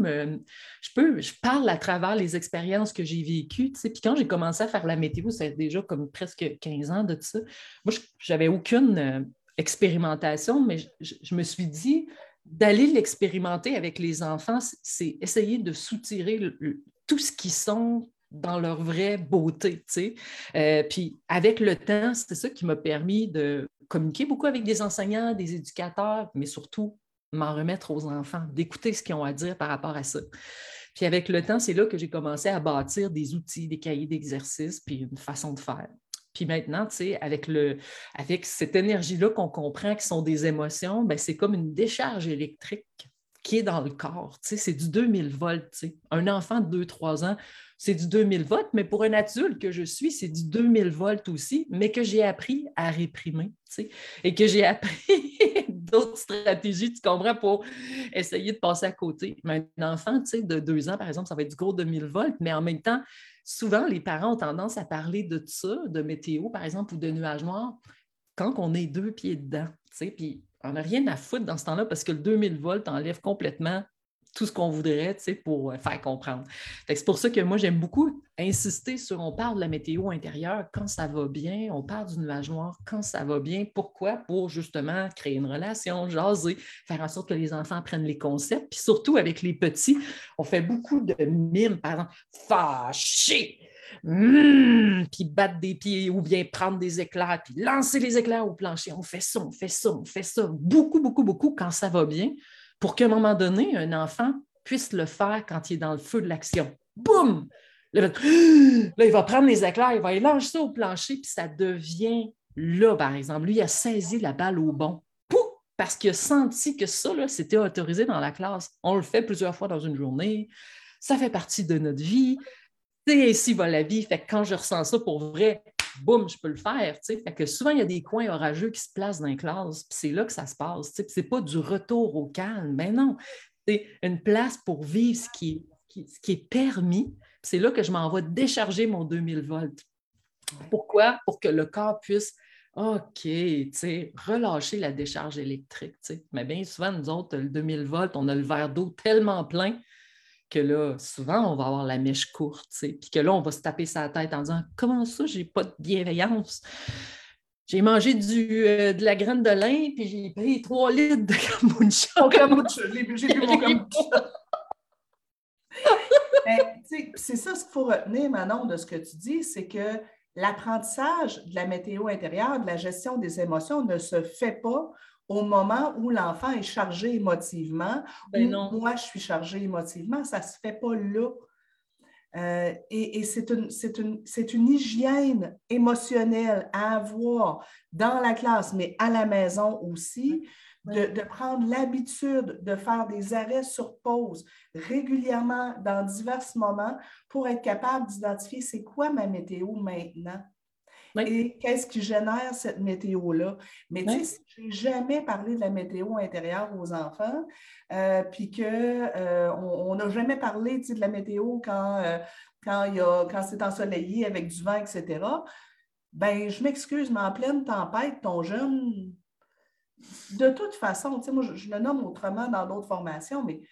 je parle à travers les expériences que j'ai vécues. Tu sais, puis quand j'ai commencé à faire la météo, c'est déjà comme presque 15 ans de ça. Moi, je n'avais aucune expérimentation, mais je me suis dit d'aller l'expérimenter avec les enfants, c'est essayer de soutirer tout ce qu'ils sont dans leur vraie beauté, tu sais. Puis avec le temps, c'est ça qui m'a permis de communiquer beaucoup avec des enseignants, des éducateurs, mais surtout m'en remettre aux enfants, d'écouter ce qu'ils ont à dire par rapport à ça. Puis avec le temps, c'est là que j'ai commencé à bâtir des outils, des cahiers d'exercice, puis une façon de faire. Puis maintenant, tu sais, avec cette énergie-là qu'on comprend qui sont des émotions, ben, c'est comme une décharge électrique qui est dans le corps. Tu sais, c'est du 2000 volts. Tu sais. Un enfant de 2-3 ans, c'est du 2000 volts, mais pour un adulte que je suis, c'est du 2000 volts aussi, mais que j'ai appris à réprimer. Tu sais, et que j'ai appris d'autres stratégies, tu comprends, pour essayer de passer à côté. Mais un enfant, tu sais, de 2 ans, par exemple, ça va être du gros 2000 volts, mais en même temps, souvent, les parents ont tendance à parler de ça, de météo, par exemple, ou de nuages noirs, quand on est 2 pieds dedans. Puis on n'a rien à foutre dans ce temps-là parce que le 2000 volts enlève complètement tout ce qu'on voudrait pour faire comprendre. C'est pour ça que moi, j'aime beaucoup insister sur on parle de la météo intérieure quand ça va bien, on parle du nuage noir quand ça va bien. Pourquoi? Pour justement créer une relation, jaser, faire en sorte que les enfants prennent les concepts. Puis surtout avec les petits, on fait beaucoup de mimes, par exemple, fâché. Puis battre des pieds ou bien prendre des éclairs, puis lancer les éclairs au plancher. On fait ça, on fait ça, on fait ça. Beaucoup, beaucoup, beaucoup quand ça va bien pour qu'à un moment donné, un enfant puisse le faire quand il est dans le feu de l'action. Boum! Là, il va prendre les éclairs, il va les lancer ça au plancher, puis ça devient là, par exemple. Lui, il a saisi la balle au bon. Pouf! Parce qu'il a senti que ça, là, c'était autorisé dans la classe. On le fait plusieurs fois dans une journée. Ça fait partie de notre vie. C'est ainsi va la vie. Fait que quand je ressens ça pour vrai, boum, je peux le faire. Fait que souvent, il y a des coins orageux qui se placent dans les classes, puis c'est là que ça se passe. C'est pas du retour au calme, mais non. C'est une place pour vivre ce qui est permis. C'est là que je m'en vais décharger mon 2000 volts. Pourquoi? Pour que le corps puisse OK, relâcher la décharge électrique. Mais bien souvent, nous autres, le 2000 volts, on a le verre d'eau tellement plein que là, souvent, on va avoir la mèche courte, puis que là, on va se taper sa tête en disant comment ça, j'ai pas de bienveillance? J'ai mangé de la graine de lin, puis j'ai pris 3 litres de kombucha. Mon kombucha, j'ai bu mon kombucha. C'est ça ce qu'il faut retenir, Manon, de ce que tu dis, c'est que l'apprentissage de la météo intérieure, de la gestion des émotions ne se fait pas au moment où l'enfant est chargé émotivement Ben ou non. moi, je suis chargée émotivement. Ça ne se fait pas là. Et c'est une hygiène émotionnelle à avoir dans la classe, mais à la maison aussi, de prendre l'habitude de faire des arrêts sur pause régulièrement dans divers moments pour être capable d'identifier c'est quoi ma météo maintenant. Oui. et qu'est-ce qui génère cette météo-là. Mais tu Oui. sais, je n'ai jamais parlé de la météo intérieure aux enfants, puis qu'on n'a jamais parlé de la météo quand c'est ensoleillé avec du vent, etc. Ben, je m'excuse, mais en pleine tempête, ton jeune, de toute façon, moi, je le nomme autrement dans d'autres formations, mais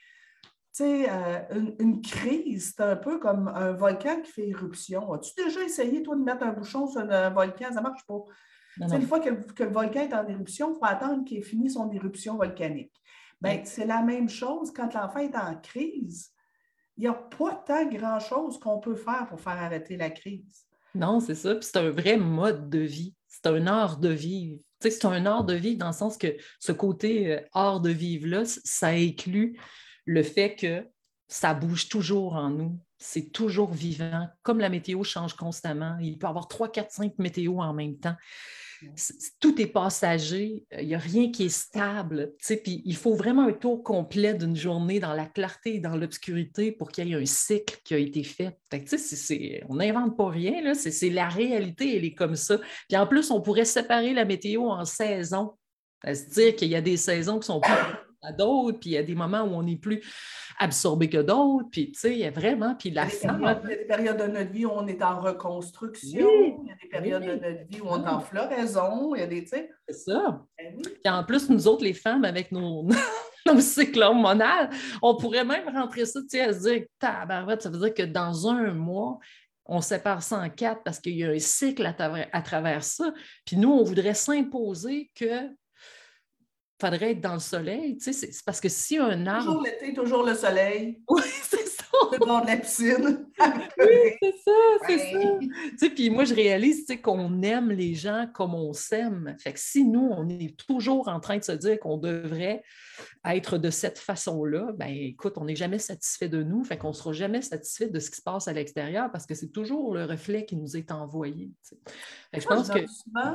une crise, c'est un peu comme un volcan qui fait éruption. As-tu déjà essayé, toi, de mettre un bouchon sur un volcan? Ça ne marche pas. Non, non. Une fois que le volcan est en éruption, il faut attendre qu'il ait fini son éruption volcanique. Ben, Oui. c'est la même chose quand l'enfant est en crise. Il n'y a pas tant grand-chose qu'on peut faire pour faire arrêter la crise. Non, c'est ça. Puis c'est un vrai mode de vie. C'est un art de vivre. Tu sais, c'est un art de vivre dans le sens que ce côté art de vivre-là, ça inclut le fait que ça bouge toujours en nous. C'est toujours vivant. Comme la météo change constamment, il peut y avoir 3, 4, 5 météos en même temps. Tout est passager, il n'y a rien qui est stable. Puis il faut vraiment un tour complet d'une journée dans la clarté et dans l'obscurité pour qu'il y ait un cycle qui a été fait. Fait que, on n'invente pas rien, là. C'est la réalité, elle est comme ça. Puis en plus, on pourrait séparer la météo en saisons, à se dire qu'il y a des saisons qui sont plus à d'autres, puis il y a des moments où on est plus absorbé que d'autres, puis tu sais, il y a vraiment, puis la femme. Il y a des périodes de notre vie où on est en reconstruction, Oui, il y a des oui, périodes de notre vie où on est en floraison, il y a des, tu sais. c'est ça. Ben oui. Puis en plus, nous autres, les femmes, avec nos cycles hormonaux, on pourrait même rentrer ça, tu sais, à se dire, tabarouette, ça veut dire que dans un mois, on sépare ça en 4 parce qu'il y a un cycle à travers ça. Puis nous, on voudrait s'imposer que faudrait être dans le soleil. Tu sais, c'est parce que si un arbre. Toujours l'été, toujours le soleil, Oui, c'est ça. le bord de la piscine. Oui, c'est ça, c'est ça. Ouais. Tu sais, puis moi, je réalise, tu sais, qu'on aime les gens comme on s'aime. Fait que si nous, on est toujours en train de se dire qu'on devrait être de cette façon-là, ben écoute, on n'est jamais satisfait de nous, fait qu'on ne sera jamais satisfait de ce qui se passe à l'extérieur parce que c'est toujours le reflet qui nous est envoyé. Tu sais. Fait que je Moi, je pense que. donne souvent,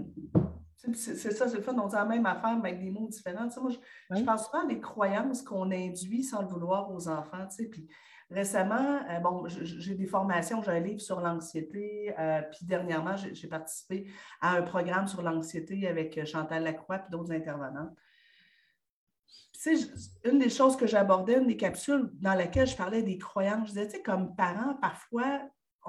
c'est ça, c'est le fun, on dit la même affaire, mais avec des mots différents. Tu sais, moi, je Oui, pense souvent à des croyances qu'on induit sans le vouloir aux enfants. Tu sais, puis récemment, bon, j'ai des formations, j'ai un livre sur l'anxiété, puis dernièrement, j'ai participé à un programme sur l'anxiété avec Chantal Lacroix et d'autres intervenants. Tu sais, une des choses que j'abordais, une des capsules dans laquelle je parlais des croyances, je disais, tu sais, comme parents, parfois,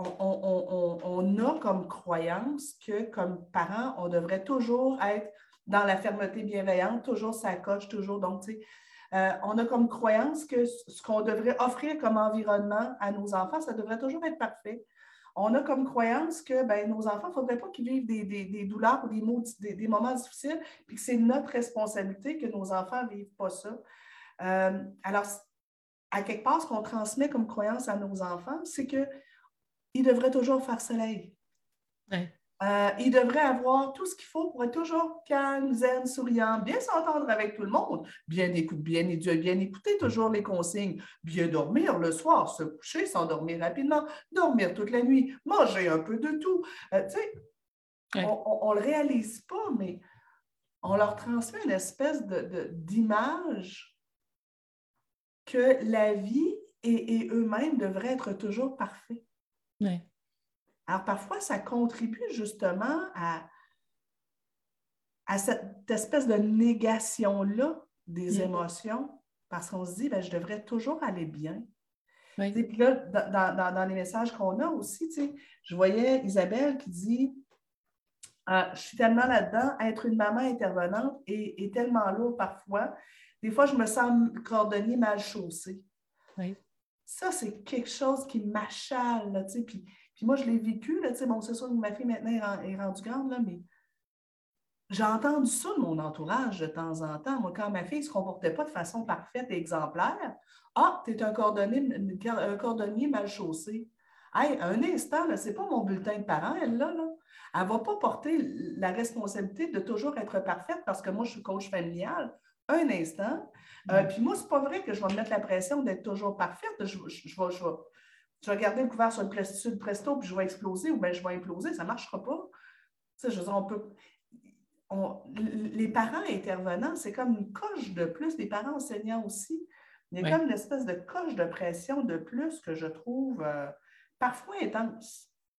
on a comme croyance que, comme parents, on devrait toujours être dans la fermeté bienveillante, toujours ça coche, toujours. Donc, tu sais, on a comme croyance que ce qu'on devrait offrir comme environnement à nos enfants, ça devrait toujours être parfait. On a comme croyance que ben, nos enfants, il ne faudrait pas qu'ils vivent des douleurs ou des moments difficiles, puis que c'est notre responsabilité que nos enfants ne vivent pas ça. Alors, à quelque part, ce qu'on transmet comme croyance à nos enfants, c'est qu'ils devraient toujours faire soleil. oui. Ils devraient avoir tout ce qu'il faut pour être toujours calme, zen, souriant, bien s'entendre avec tout le monde, bien écouter toujours les consignes, bien dormir le soir, se coucher, s'endormir rapidement, dormir toute la nuit, manger un peu de tout. Tu sais, Oui. on ne le réalise pas, mais on leur transmet une espèce d'image que la vie et eux-mêmes devraient être toujours parfaits. Oui. Alors, parfois, ça contribue justement à cette espèce de négation-là des émotions, parce qu'on se dit, ben, je devrais toujours aller bien. Oui. Puis là, dans les messages qu'on a aussi, je voyais Isabelle qui dit, je suis tellement là-dedans, être une maman intervenante est tellement lourd parfois. Des fois, je me sens cordonnier mal chaussé. Oui. Ça, c'est quelque chose qui m'achale, là, puis moi, je l'ai vécu, là, bon, c'est sûr que ma fille maintenant est rendue grande, là, mais j'ai entendu ça de mon entourage de temps en temps. Moi, quand ma fille ne se comportait pas de façon parfaite et exemplaire, ah, tu es un cordonnier mal chaussé. Hey, un instant, ce n'est pas mon bulletin de parent, elle, là. Elle ne va pas porter la responsabilité de toujours être parfaite parce que moi, je suis coach familial. Un instant. Puis moi, ce n'est pas vrai que je vais me mettre la pression d'être toujours parfaite. Je vais garder le couvert sur le presto, puis je vais exploser ou bien je vais imploser. Ça ne marchera pas. Tu sais, je veux dire, les parents intervenants, c'est comme une coche de plus, les parents enseignants aussi. Il y a comme une espèce de coche de pression de plus que je trouve parfois intense.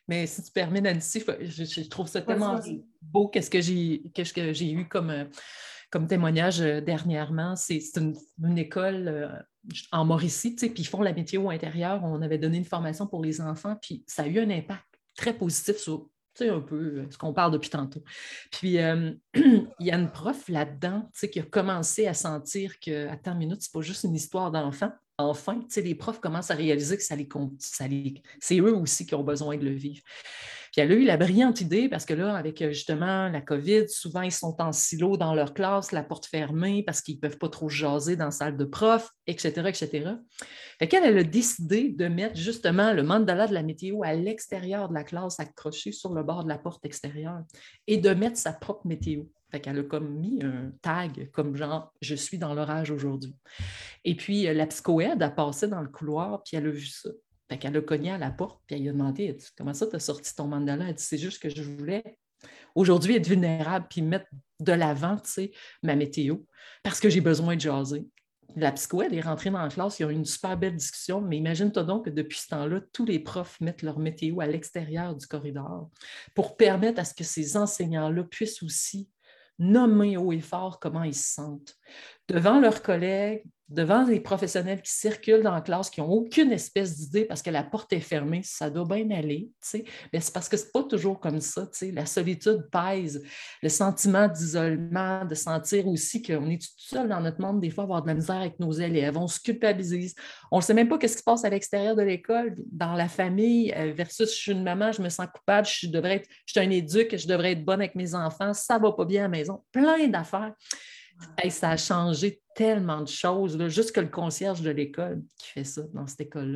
Mais si tu permets, Nancy, je trouve ça Vas-y, tellement vas-y. beau qu'est-ce que j'ai eu comme témoignage dernièrement. C'est une école en Mauricie, tu sais, puis ils font la météo intérieure. On avait donné une formation pour les enfants, puis ça a eu un impact très positif sur, tu sais, un peu ce qu'on parle depuis tantôt. Puis, il y a une prof là-dedans, tu sais, qui a commencé à sentir que, attends une minute, c'est pas juste une histoire d'enfant. Enfin, tu sais, les profs commencent à réaliser que c'est eux aussi qui ont besoin de le vivre. Puis elle a eu la brillante idée, parce que là, avec justement la COVID, souvent ils sont en silo dans leur classe, la porte fermée, parce qu'ils ne peuvent pas trop jaser dans la salle de prof, etc., etc. Fait qu'elle, elle a décidé de mettre justement le mandala de la météo à l'extérieur de la classe, accroché sur le bord de la porte extérieure, et de mettre sa propre météo. Fait qu'elle a comme mis un tag, comme genre « Je suis dans l'orage aujourd'hui ». Et puis, la psychoède a passé dans le couloir, puis elle a vu ça. Fait qu'elle a cogné à la porte, puis elle lui a demandé, elle dit, comment ça, tu as sorti ton mandala? Elle dit, c'est juste que je voulais aujourd'hui être vulnérable, puis mettre de l'avant, tu sais, ma météo, parce que j'ai besoin de jaser. La psychoède est rentrée dans la classe, ils ont eu une super belle discussion, mais imagine-toi donc que depuis ce temps-là, tous les profs mettent leur météo à l'extérieur du corridor pour permettre à ce que ces enseignants-là puissent aussi nommer haut et fort comment ils se sentent devant leurs collègues, devant les professionnels qui circulent dans la classe, qui n'ont aucune espèce d'idée parce que la porte est fermée, ça doit bien aller, tu sais. Mais c'est parce que ce n'est pas toujours comme ça, tu sais. La solitude pèse, le sentiment d'isolement, de sentir aussi qu'on est tout seul dans notre monde, des fois, avoir de la misère avec nos élèves, on se culpabilise, on ne sait même pas ce qui se passe à l'extérieur de l'école, dans la famille, versus je suis une maman, je me sens coupable, je suis un éduc, je devrais être bonne avec mes enfants, ça ne va pas bien à la maison, plein d'affaires. Hey, ça a changé tellement de choses, là, juste que le concierge de l'école qui fait ça dans cette école-là.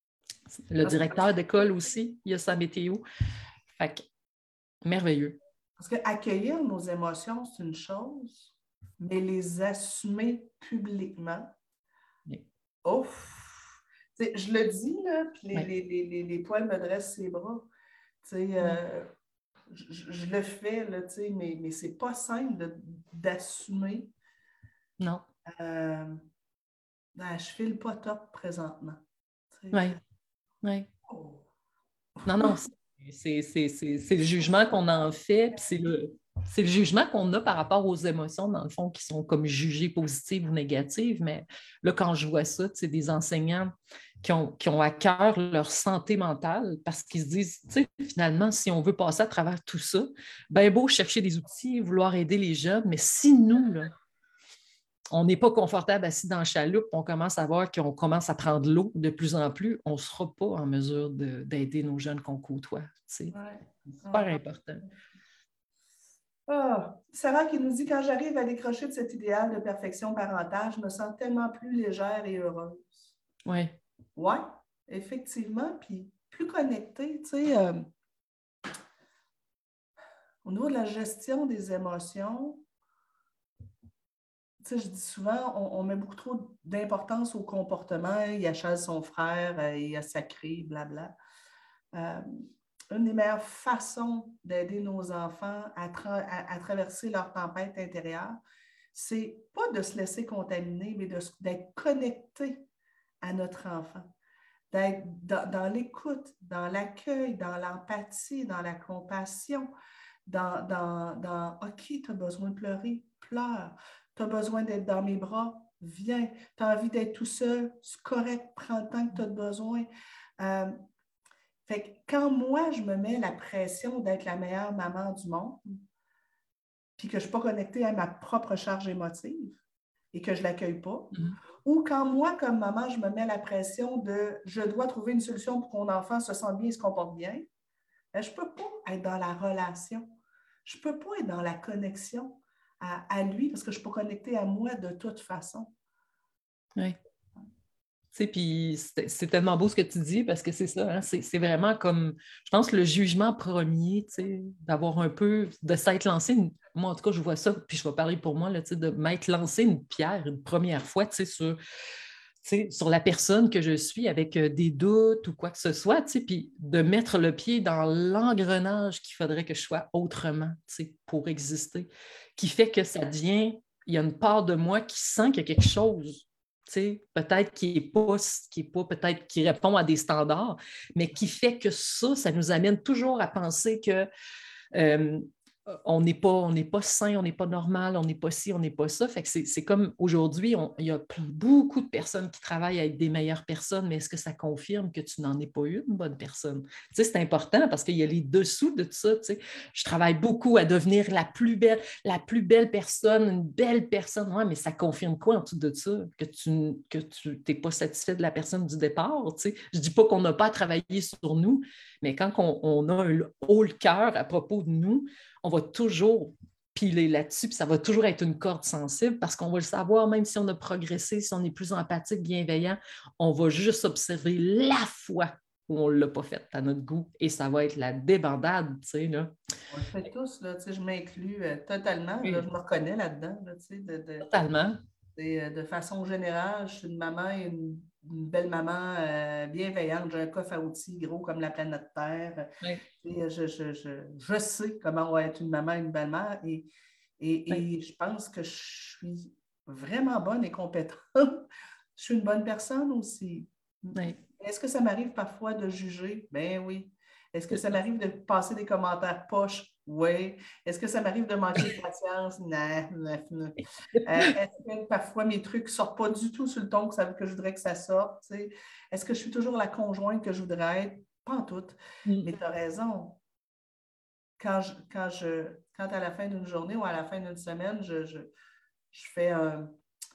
Le directeur d'école aussi, il a sa météo. Fait que, merveilleux. Parce qu'accueillir nos émotions, c'est une chose, mais les assumer publiquement, Oui. ouf! T'sais, je le dis, là, puis les poils me dressent ses bras. Je le fais, là, mais c'est pas simple d'assumer. Non. Je file pas top présentement. Oui. Oui. Oh. Non, non, c'est le jugement qu'on en fait, puis c'est le jugement qu'on a par rapport aux émotions, dans le fond, qui sont comme jugées positives ou négatives. Mais là, quand je vois ça, c'est des enseignants qui ont à cœur leur santé mentale parce qu'ils se disent, tu sais, finalement, si on veut passer à travers tout ça, bien beau chercher des outils, vouloir aider les jeunes, mais si nous, là, on n'est pas confortable assis dans la chaloupe, on commence à voir qu'on commence à prendre l'eau de plus en plus, on ne sera pas en mesure d'aider nos jeunes qu'on côtoie. C'est super important. Sarah qui nous dit, quand j'arrive à décrocher de cet idéal de perfection parentale, je me sens tellement plus légère et heureuse. Oui. Oui, effectivement, puis plus connectée, tu sais. Au niveau de la gestion des émotions, tu sais, je dis souvent, on met beaucoup trop d'importance au comportement. Il achète son frère, il a sacré, blabla. Une des meilleures façons d'aider nos enfants à traverser leur tempête intérieure, c'est pas de se laisser contaminer, mais d'être connecté à notre enfant, d'être dans l'écoute, dans l'accueil, dans l'empathie, dans la compassion, dans OK, tu as besoin de pleurer, pleure. Tu as besoin d'être dans mes bras, viens. Tu as envie d'être tout seul, c'est correct, prends le temps que tu as besoin. Fait que quand moi, je me mets la pression d'être la meilleure maman du monde, puis que je ne suis pas connectée à ma propre charge émotive et que je ne l'accueille pas, ou quand moi, comme maman, je me mets la pression de je dois trouver une solution pour que mon enfant se sente bien et se comporte bien, bien, je ne peux pas être dans la relation. Je ne peux pas être dans la connexion à lui parce que je ne suis pas connectée à moi de toute façon. Oui. Puis c'est tellement beau ce que tu dis parce que c'est ça, hein, c'est vraiment comme, je pense, le jugement premier, d'avoir un peu, de s'être lancé, moi en tout cas, je vois ça, puis je vais parler pour moi, là, de m'être lancé une pierre une première fois sur la personne que je suis avec des doutes ou quoi que ce soit, puis de mettre le pied dans l'engrenage qu'il faudrait que je sois autrement pour exister, qui fait que ça devient, il y a une part de moi qui sent qu'il y a quelque chose peut-être qui est pas peut-être qui répond à des standards, mais qui fait que ça nous amène toujours à penser que euh, on n'est pas sain, on n'est pas normal, on n'est pas ci, on n'est pas ça. Fait que c'est comme aujourd'hui, il y a beaucoup de personnes qui travaillent à être des meilleures personnes, mais est-ce que ça confirme que tu n'en es pas une bonne personne? C'est important parce qu'il y a les dessous de tout ça. Je travaille beaucoup à devenir la plus belle personne, une belle personne. Ouais, mais ça confirme quoi en dessous de ça? Que tu n'es pas satisfait de la personne du départ? Je ne dis pas qu'on n'a pas à travailler sur nous, mais quand on a un haut le cœur à propos de nous, on va toujours piler là-dessus, puis ça va toujours être une corde sensible parce qu'on va le savoir, même si on a progressé, si on est plus empathique, bienveillant, on va juste observer la fois où on ne l'a pas fait à notre goût et ça va être la débandade, tu sais, là. On le fait tous, là, je m'inclus totalement, là, je me reconnais là-dedans, là, Totalement. de façon générale, je suis une maman et une belle maman bienveillante. J'ai un coffre à outils gros comme la planète Terre. Oui. Et je sais comment on va être une maman et une belle-mère. Et je pense que je suis vraiment bonne et compétente. Je suis une bonne personne aussi. Oui. Est-ce que ça m'arrive parfois de juger? Ben oui. Est-ce que ça m'arrive de passer des commentaires poches? Oui. Est-ce que ça m'arrive de manquer de patience? Non. Est-ce que parfois mes trucs ne sortent pas du tout sur le ton que je voudrais que ça sorte? T'sais? Est-ce que je suis toujours la conjointe que je voudrais être? Pas en tout. Mais tu as raison. Quand à la fin d'une journée ou à la fin d'une semaine, je fais un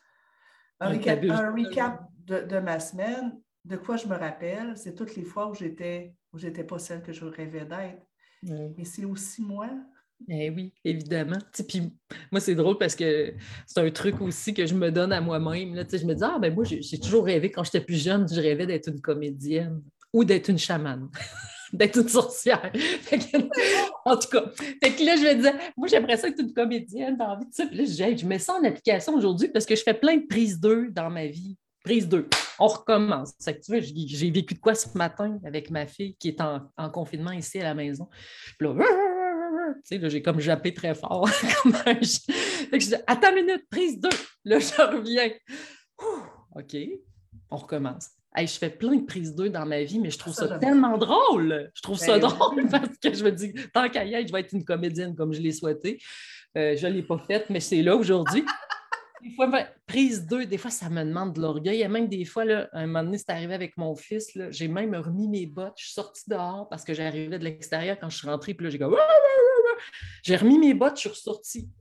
recap de ma semaine, de quoi je me rappelle, c'est toutes les fois où j'étais pas celle que je rêvais d'être. Mais c'est aussi moi. Eh oui, évidemment. Puis moi, c'est drôle parce que c'est un truc aussi que je me donne à moi-même. Là, je me dis, ben moi, j'ai toujours rêvé, quand j'étais plus jeune, je rêvais d'être une comédienne ou d'être une chamane, d'être une sorcière. En tout cas, fait que là, je me disais, moi, j'aimerais ça être une comédienne, j'ai envie de ça. Puis là, je mets ça en application aujourd'hui parce que je fais plein de prises 2 dans ma vie. Prise 2. On recommence. Tu vois, j'ai vécu de quoi ce matin avec ma fille qui est en confinement ici à la maison. Puis là, là, j'ai comme jappé très fort. Fait que je dis, attends une minute, prise 2. Là, je reviens. OK, on recommence. Hey, je fais plein de prises 2 dans ma vie, mais je trouve ça tellement drôle. Je trouve ça drôle parce que je me dis, tant qu'à y être, je vais être une comédienne comme je l'ai souhaité. Je ne l'ai pas faite, mais c'est là aujourd'hui. Des fois, prise 2, des fois, ça me demande de l'orgueil. Il y a même des fois, là, à un moment donné, c'est arrivé avec mon fils, là, j'ai même remis mes bottes. Je suis sortie dehors parce que j'arrivais de l'extérieur quand je suis rentrée. Puis là, j'ai comme... J'ai remis mes bottes, je suis ressortie.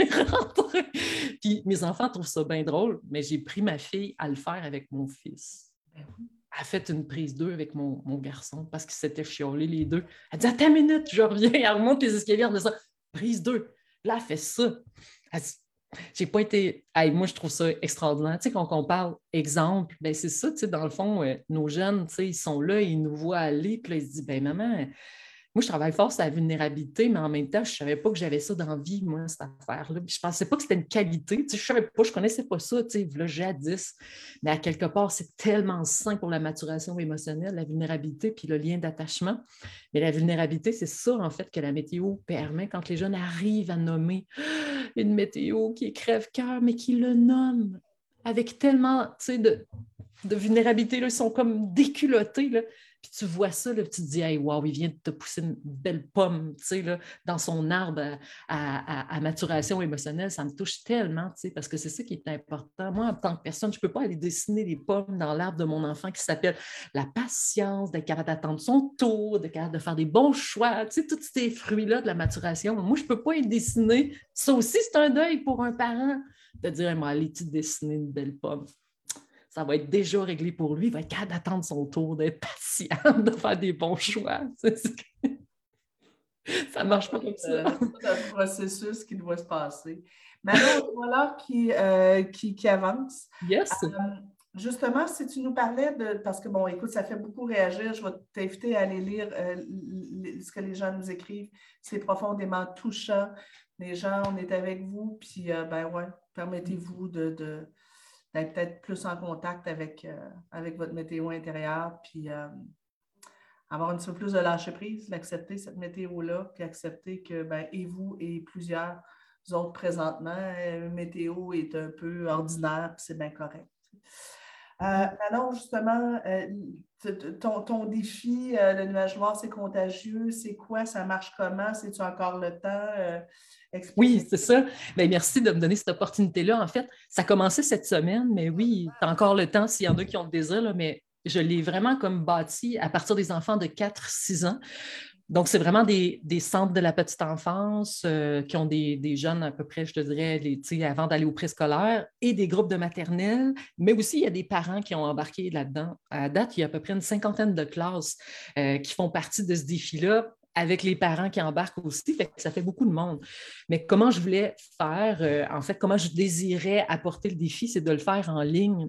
Puis mes enfants trouvent ça bien drôle, mais j'ai pris ma fille à le faire avec mon fils. Elle a fait une prise 2 avec mon garçon parce qu'ils s'étaient chiolés les deux. Elle dit, attends une minute, je reviens. Elle remonte les escaliers en disant, prise 2. Là, elle fait ça. Elle dit, j'ai pas été. Hey, moi, je trouve ça extraordinaire. Tu sais, quand on parle exemple, ben c'est ça, tu sais, dans le fond, nos jeunes, tu sais, ils sont là, ils nous voient aller, puis là, ils se disent, ben maman, moi, je travaille fort sur la vulnérabilité, mais en même temps, je ne savais pas que j'avais ça dans la vie, moi, cette affaire-là. Puis je ne pensais pas que c'était une qualité. Tu sais, je ne savais pas, je ne connaissais pas ça, tu sais, là, jadis. Mais à quelque part, c'est tellement sain pour la maturation émotionnelle, la vulnérabilité, puis le lien d'attachement. Mais la vulnérabilité, c'est ça, en fait, que la météo permet quand les jeunes arrivent à nommer une météo qui est crève-cœur, mais qui le nomme avec tellement, tu sais, de vulnérabilité, là, ils sont comme déculottés, là. Puis tu vois ça, là, tu te dis, hey, wow, il vient de te pousser une belle pomme, tu sais, là, dans son arbre à maturation émotionnelle. Ça me touche tellement, tu sais, parce que c'est ça qui est important. Moi, en tant que personne, je ne peux pas aller dessiner des pommes dans l'arbre de mon enfant qui s'appelle la patience, d'être capable d'attendre son tour, d'être capable de faire des bons choix, tu sais, tous ces fruits-là de la maturation. Moi, je ne peux pas y dessiner. Ça aussi, c'est un deuil pour un parent de dire, hey, allez-tu dessiner une belle pomme? Ça va être déjà réglé pour lui. Il va être capable d'attendre son tour, d'être patient, de faire des bons choix. Ça ne marche pas comme ça. C'est un processus qui doit se passer. Manon, voilà qui avance. Yes. Justement, si tu nous parlais de... Parce que, bon, écoute, ça fait beaucoup réagir. Je vais t'inviter à aller lire ce que les gens nous écrivent. C'est profondément touchant. Les gens, on est avec vous. Puis, ben ouais, permettez-vous d'être peut-être plus en contact avec votre météo intérieure, puis avoir un petit peu plus de lâcher-prise, l'accepter cette météo-là, puis accepter que, ben, et vous et plusieurs autres présentement, météo est un peu ordinaire, puis c'est bien correct. Manon, justement, ton défi, le nuage noir, c'est contagieux, c'est quoi? Ça marche comment? C'est-tu encore le temps? Oui, Explique. c'est ça. Bien, merci de me donner cette opportunité-là. En fait, ça a commencé cette semaine, mais oui, tu as encore le temps s'il y en a qui ont le désir, là, mais je l'ai vraiment comme bâti à partir des enfants de 4-6 ans. Donc, c'est vraiment des centres de la petite enfance qui ont des jeunes à peu près, je te dirais, avant d'aller au préscolaire et des groupes de maternelle, mais aussi il y a des parents qui ont embarqué là-dedans. À date, il y a à peu près une cinquantaine de classes qui font partie de ce défi-là avec les parents qui embarquent aussi, fait que ça fait beaucoup de monde. Mais comment je voulais faire, en fait, comment je désirais apporter le défi, c'est de le faire en ligne,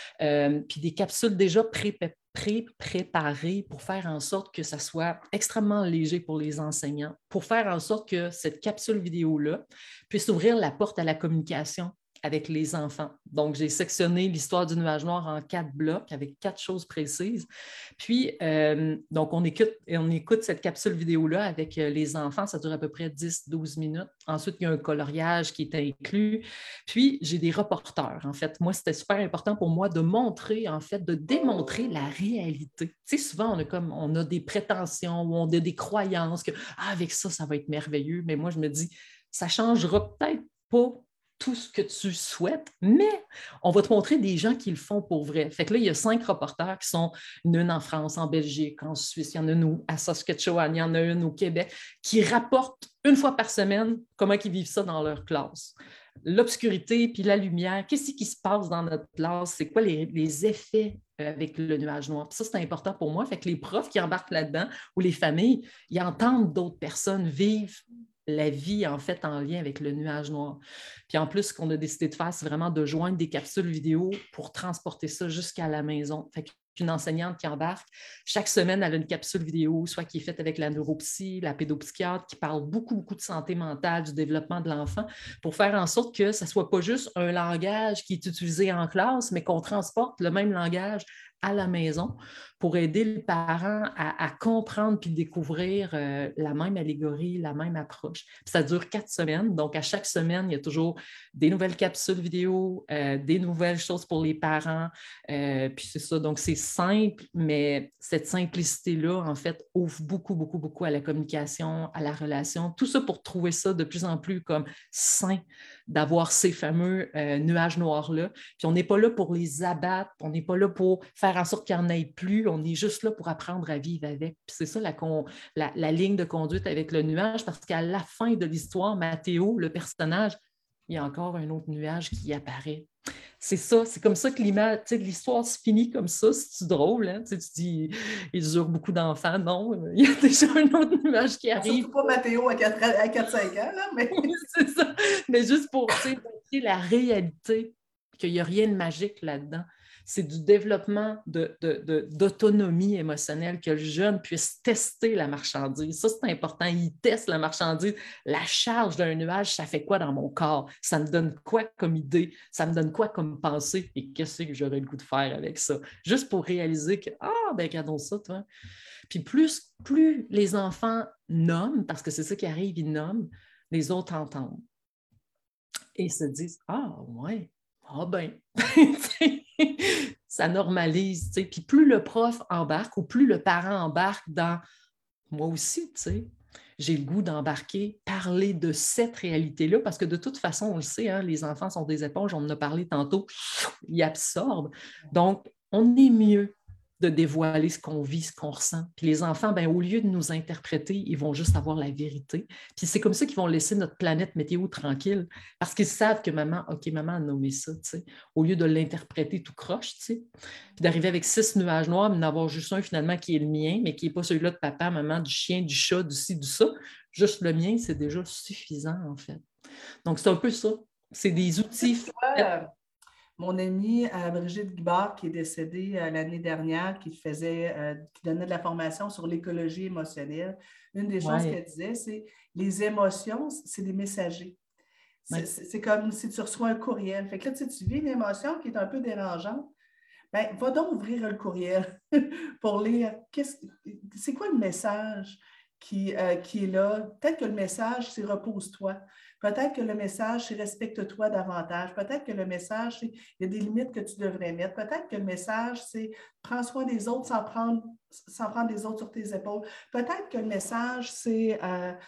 puis des capsules déjà pré-préparées pour faire en sorte que ça soit extrêmement léger pour les enseignants, pour faire en sorte que cette capsule vidéo-là puisse ouvrir la porte à la communication avec les enfants. Donc, j'ai sectionné l'histoire du nuage noir en 4 blocs avec 4 choses précises. Puis, donc, on écoute cette capsule vidéo-là avec les enfants. Ça dure à peu près 10-12 minutes. Ensuite, il y a un coloriage qui est inclus. Puis, j'ai des reporters. En fait, moi, c'était super important pour moi de montrer, en fait, de démontrer la réalité. Tu sais, souvent, on a des prétentions ou on a des croyances que, avec ça, ça va être merveilleux. Mais moi, je me dis, ça ne changera peut-être pas tout ce que tu souhaites, mais on va te montrer des gens qui le font pour vrai. Fait que là, il y a 5 reporters qui sont une en France, en Belgique, en Suisse, il y en a une à Saskatchewan, il y en a une au Québec, qui rapportent une fois par semaine comment ils vivent ça dans leur classe. L'obscurité puis la lumière, qu'est-ce qui se passe dans notre classe, c'est quoi les effets avec le nuage noir. Puis ça, c'est important pour moi. Fait que les profs qui embarquent là-dedans ou les familles, ils entendent d'autres personnes vivre la vie, en fait, en lien avec le nuage noir. Puis en plus, ce qu'on a décidé de faire, c'est vraiment de joindre des capsules vidéo pour transporter ça jusqu'à la maison. Fait qu'une enseignante qui embarque, chaque semaine, elle a une capsule vidéo, soit qui est faite avec la neuropsy, la pédopsychiatre, qui parle beaucoup, beaucoup de santé mentale, du développement de l'enfant, pour faire en sorte que ça ne soit pas juste un langage qui est utilisé en classe, mais qu'on transporte le même langage à la maison pour aider les parents à comprendre puis découvrir la même allégorie, la même approche. Puis ça dure 4 semaines, donc à chaque semaine, il y a toujours des nouvelles capsules vidéo, des nouvelles choses pour les parents, puis c'est ça, donc c'est simple, mais cette simplicité-là, en fait, ouvre beaucoup, beaucoup, beaucoup à la communication, à la relation, tout ça pour trouver ça de plus en plus comme sain, d'avoir ces fameux nuages noirs-là. Puis on n'est pas là pour les abattre, on n'est pas là pour faire en sorte qu'il n'y en ait plus, on est juste là pour apprendre à vivre avec. Puis c'est ça la ligne de conduite avec le nuage, parce qu'à la fin de l'histoire, Mathéo, le personnage, il y a encore un autre nuage qui apparaît. C'est ça, c'est comme ça que l'histoire se finit comme ça, c'est drôle, hein? Tu dis, il dure beaucoup d'enfants, non, il y a déjà un autre nuage qui arrive. Surtout pas Mathéo à 4-5 ans, là, mais... c'est ça, mais juste pour montrer la réalité, qu'il n'y a rien de magique là-dedans. C'est du développement d'autonomie émotionnelle, que le jeune puisse tester la marchandise. Ça, c'est important. Il teste la marchandise. La charge d'un nuage, ça fait quoi dans mon corps? Ça me donne quoi comme idée? Ça me donne quoi comme pensée? Et qu'est-ce que j'aurais le goût de faire avec ça? Juste pour réaliser que, ben regardons ça, toi. Puis plus les enfants nomment, parce que c'est ça qui arrive, ils nomment, les autres entendent. Et se disent, ouais, ben, ça normalise, tu sais. Puis plus le prof embarque ou plus le parent embarque dans moi aussi, tu sais, j'ai le goût d'embarquer, parler de cette réalité-là, parce que de toute façon, on le sait, hein, les enfants sont des éponges, on en a parlé tantôt, ils absorbent. Donc, on est mieux de dévoiler ce qu'on vit, ce qu'on ressent. Puis les enfants, ben, au lieu de nous interpréter, ils vont juste avoir la vérité. Puis c'est comme ça qu'ils vont laisser notre planète météo tranquille, parce qu'ils savent que maman a nommé ça, tu sais, au lieu de l'interpréter tout croche, tu sais. Puis d'arriver avec 6 nuages noirs, mais d'avoir juste un finalement qui est le mien, mais qui n'est pas celui-là de papa, maman, du chien, du chat, du ci, du ça. Juste le mien, c'est déjà suffisant, en fait. Donc c'est un peu ça. C'est des outils. Mon amie Brigitte Guibard, qui est décédée l'année dernière, qui donnait de la formation sur l'écologie émotionnelle, une des choses qu'elle disait, c'est les émotions, c'est des messagers. C'est comme si tu reçois un courriel. Fait que là, tu vis une émotion qui est un peu dérangeante. Ben, va donc ouvrir le courriel pour lire. C'est quoi le message qui est là. Peut-être que le message, c'est repose-toi. Peut-être que le message, c'est respecte-toi davantage. Peut-être que le message, c'est il y a des limites que tu devrais mettre. Peut-être que le message, c'est prends soin des autres sans prendre les autres sur tes épaules. Peut-être que le message, c'est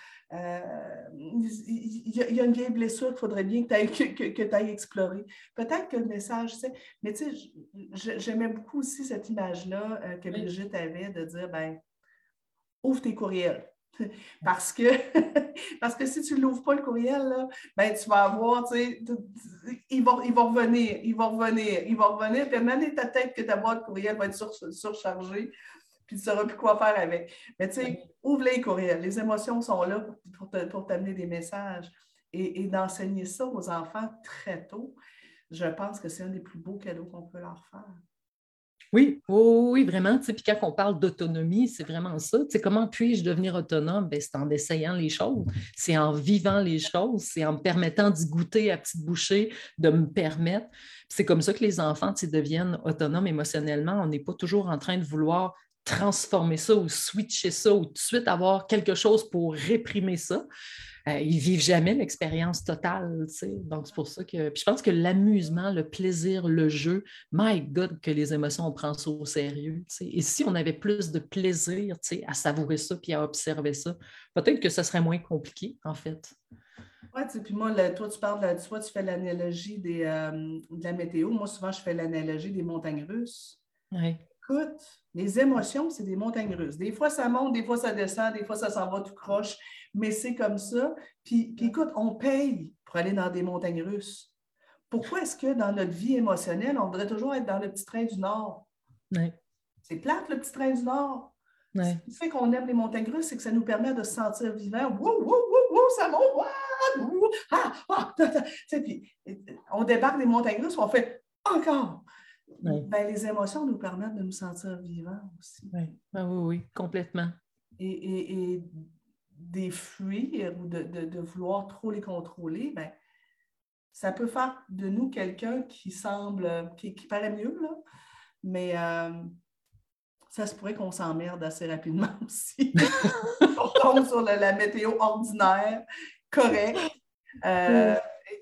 il y a une vieille blessure qu'il faudrait bien que tu ailles explorer. Peut-être que le message, c'est. Mais tu sais, j'aimais beaucoup aussi cette image-là que Brigitte avait de dire, ben, ouvre tes courriels. Parce que si tu ne l'ouvres pas, le courriel, là, ben, tu vas avoir, tu sais, il va revenir, puis à un moment donné, ta tête que ta boîte courriel va être surchargée, puis tu ne sauras plus quoi faire avec. Mais tu sais, ouvre les courriels. Les émotions sont là pour t'amener des messages. Et d'enseigner ça aux enfants très tôt, je pense que c'est un des plus beaux cadeaux qu'on peut leur faire. Oui, oui, vraiment. Puis quand on parle d'autonomie, c'est vraiment ça. Comment puis-je devenir autonome? Ben, c'est en essayant les choses, c'est en vivant les choses, c'est en me permettant d'y goûter à petite bouchée, de me permettre. C'est comme ça que les enfants deviennent autonomes émotionnellement. On n'est pas toujours en train de vouloir transformer ça ou switcher ça ou tout de suite avoir quelque chose pour réprimer ça. Ils ne vivent jamais l'expérience totale. Donc, c'est pour ça que. Puis je pense que l'amusement, le plaisir, le jeu, my God, que les émotions, on prend ça au sérieux. Et si on avait plus de plaisir à savourer ça puis à observer ça, peut-être que ce serait moins compliqué, en fait. Oui, puis moi, toi, tu parles toi, tu fais l'analogie de la météo. Moi, souvent, je fais l'analogie des montagnes russes. Ouais. Écoute, les émotions, c'est des montagnes russes. Des fois, ça monte, des fois, ça descend, des fois, ça s'en va tout croche, mais c'est comme ça. Puis écoute, on paye pour aller dans des montagnes russes. Pourquoi est-ce que dans notre vie émotionnelle, on voudrait toujours être dans le petit train du Nord? Ouais. C'est plate, le petit train du Nord. Ouais. Ce qui fait qu'on aime les montagnes russes, c'est que ça nous permet de se sentir vivant. Wouh, wouh, wouh, wouh, ça monte. Puis, on débarque des montagnes russes, on fait encore. Ouais. Ben, les émotions nous permettent de nous sentir vivants aussi. Ouais. Ah, oui, complètement. Et des fuir ou de vouloir trop les contrôler, ben, ça peut faire de nous quelqu'un qui semble, qui paraît mieux, là, mais ça se pourrait qu'on s'emmerde assez rapidement aussi. On tombe sur la météo ordinaire, correcte, et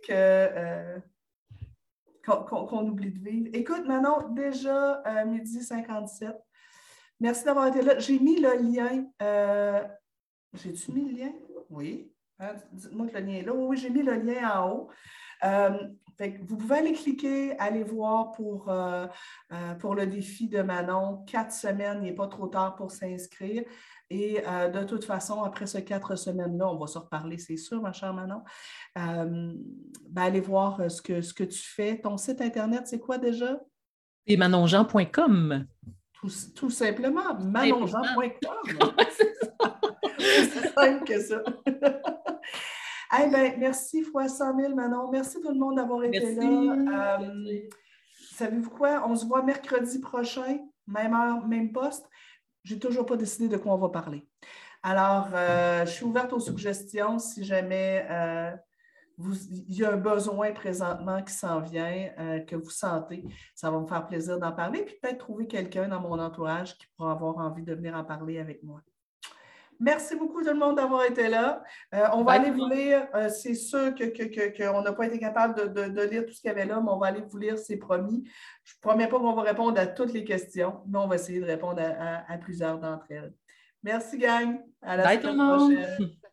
qu'on oublie de vivre. Écoute, Manon, déjà 12h57. Merci d'avoir été là. J'ai mis le lien. J'ai-tu mis le lien? Oui. Dites-moi que le lien est là. Oui, j'ai mis le lien en haut. Fait que vous pouvez aller cliquer, aller voir pour le défi de Manon. 4 semaines, il n'est pas trop tard pour s'inscrire. Et de toute façon, après ces 4 semaines-là, on va se reparler, c'est sûr, ma chère Manon. Allez voir ce que tu fais. Ton site Internet, c'est quoi déjà? Et manonjean.com. Tout simplement, manonjean.com. C'est simple que ça. Eh bien, merci fois 100 000, Manon. Merci tout le monde d'avoir été là. Savez-vous quoi? On se voit mercredi prochain, même heure, même poste. Je n'ai toujours pas décidé de quoi on va parler. Alors, je suis ouverte aux suggestions si jamais il y a un besoin présentement qui s'en vient, que vous sentez. Ça va me faire plaisir d'en parler, puis peut-être trouver quelqu'un dans mon entourage qui pourra avoir envie de venir en parler avec moi. Merci beaucoup tout le monde d'avoir été là. On va aller vous lire. C'est sûr qu'on n'a pas été capable de lire tout ce qu'il y avait là, mais on va aller vous lire, c'est promis. Je ne promets pas qu'on va répondre à toutes les questions, mais on va essayer de répondre à plusieurs d'entre elles. Merci, gang. À la semaine prochaine.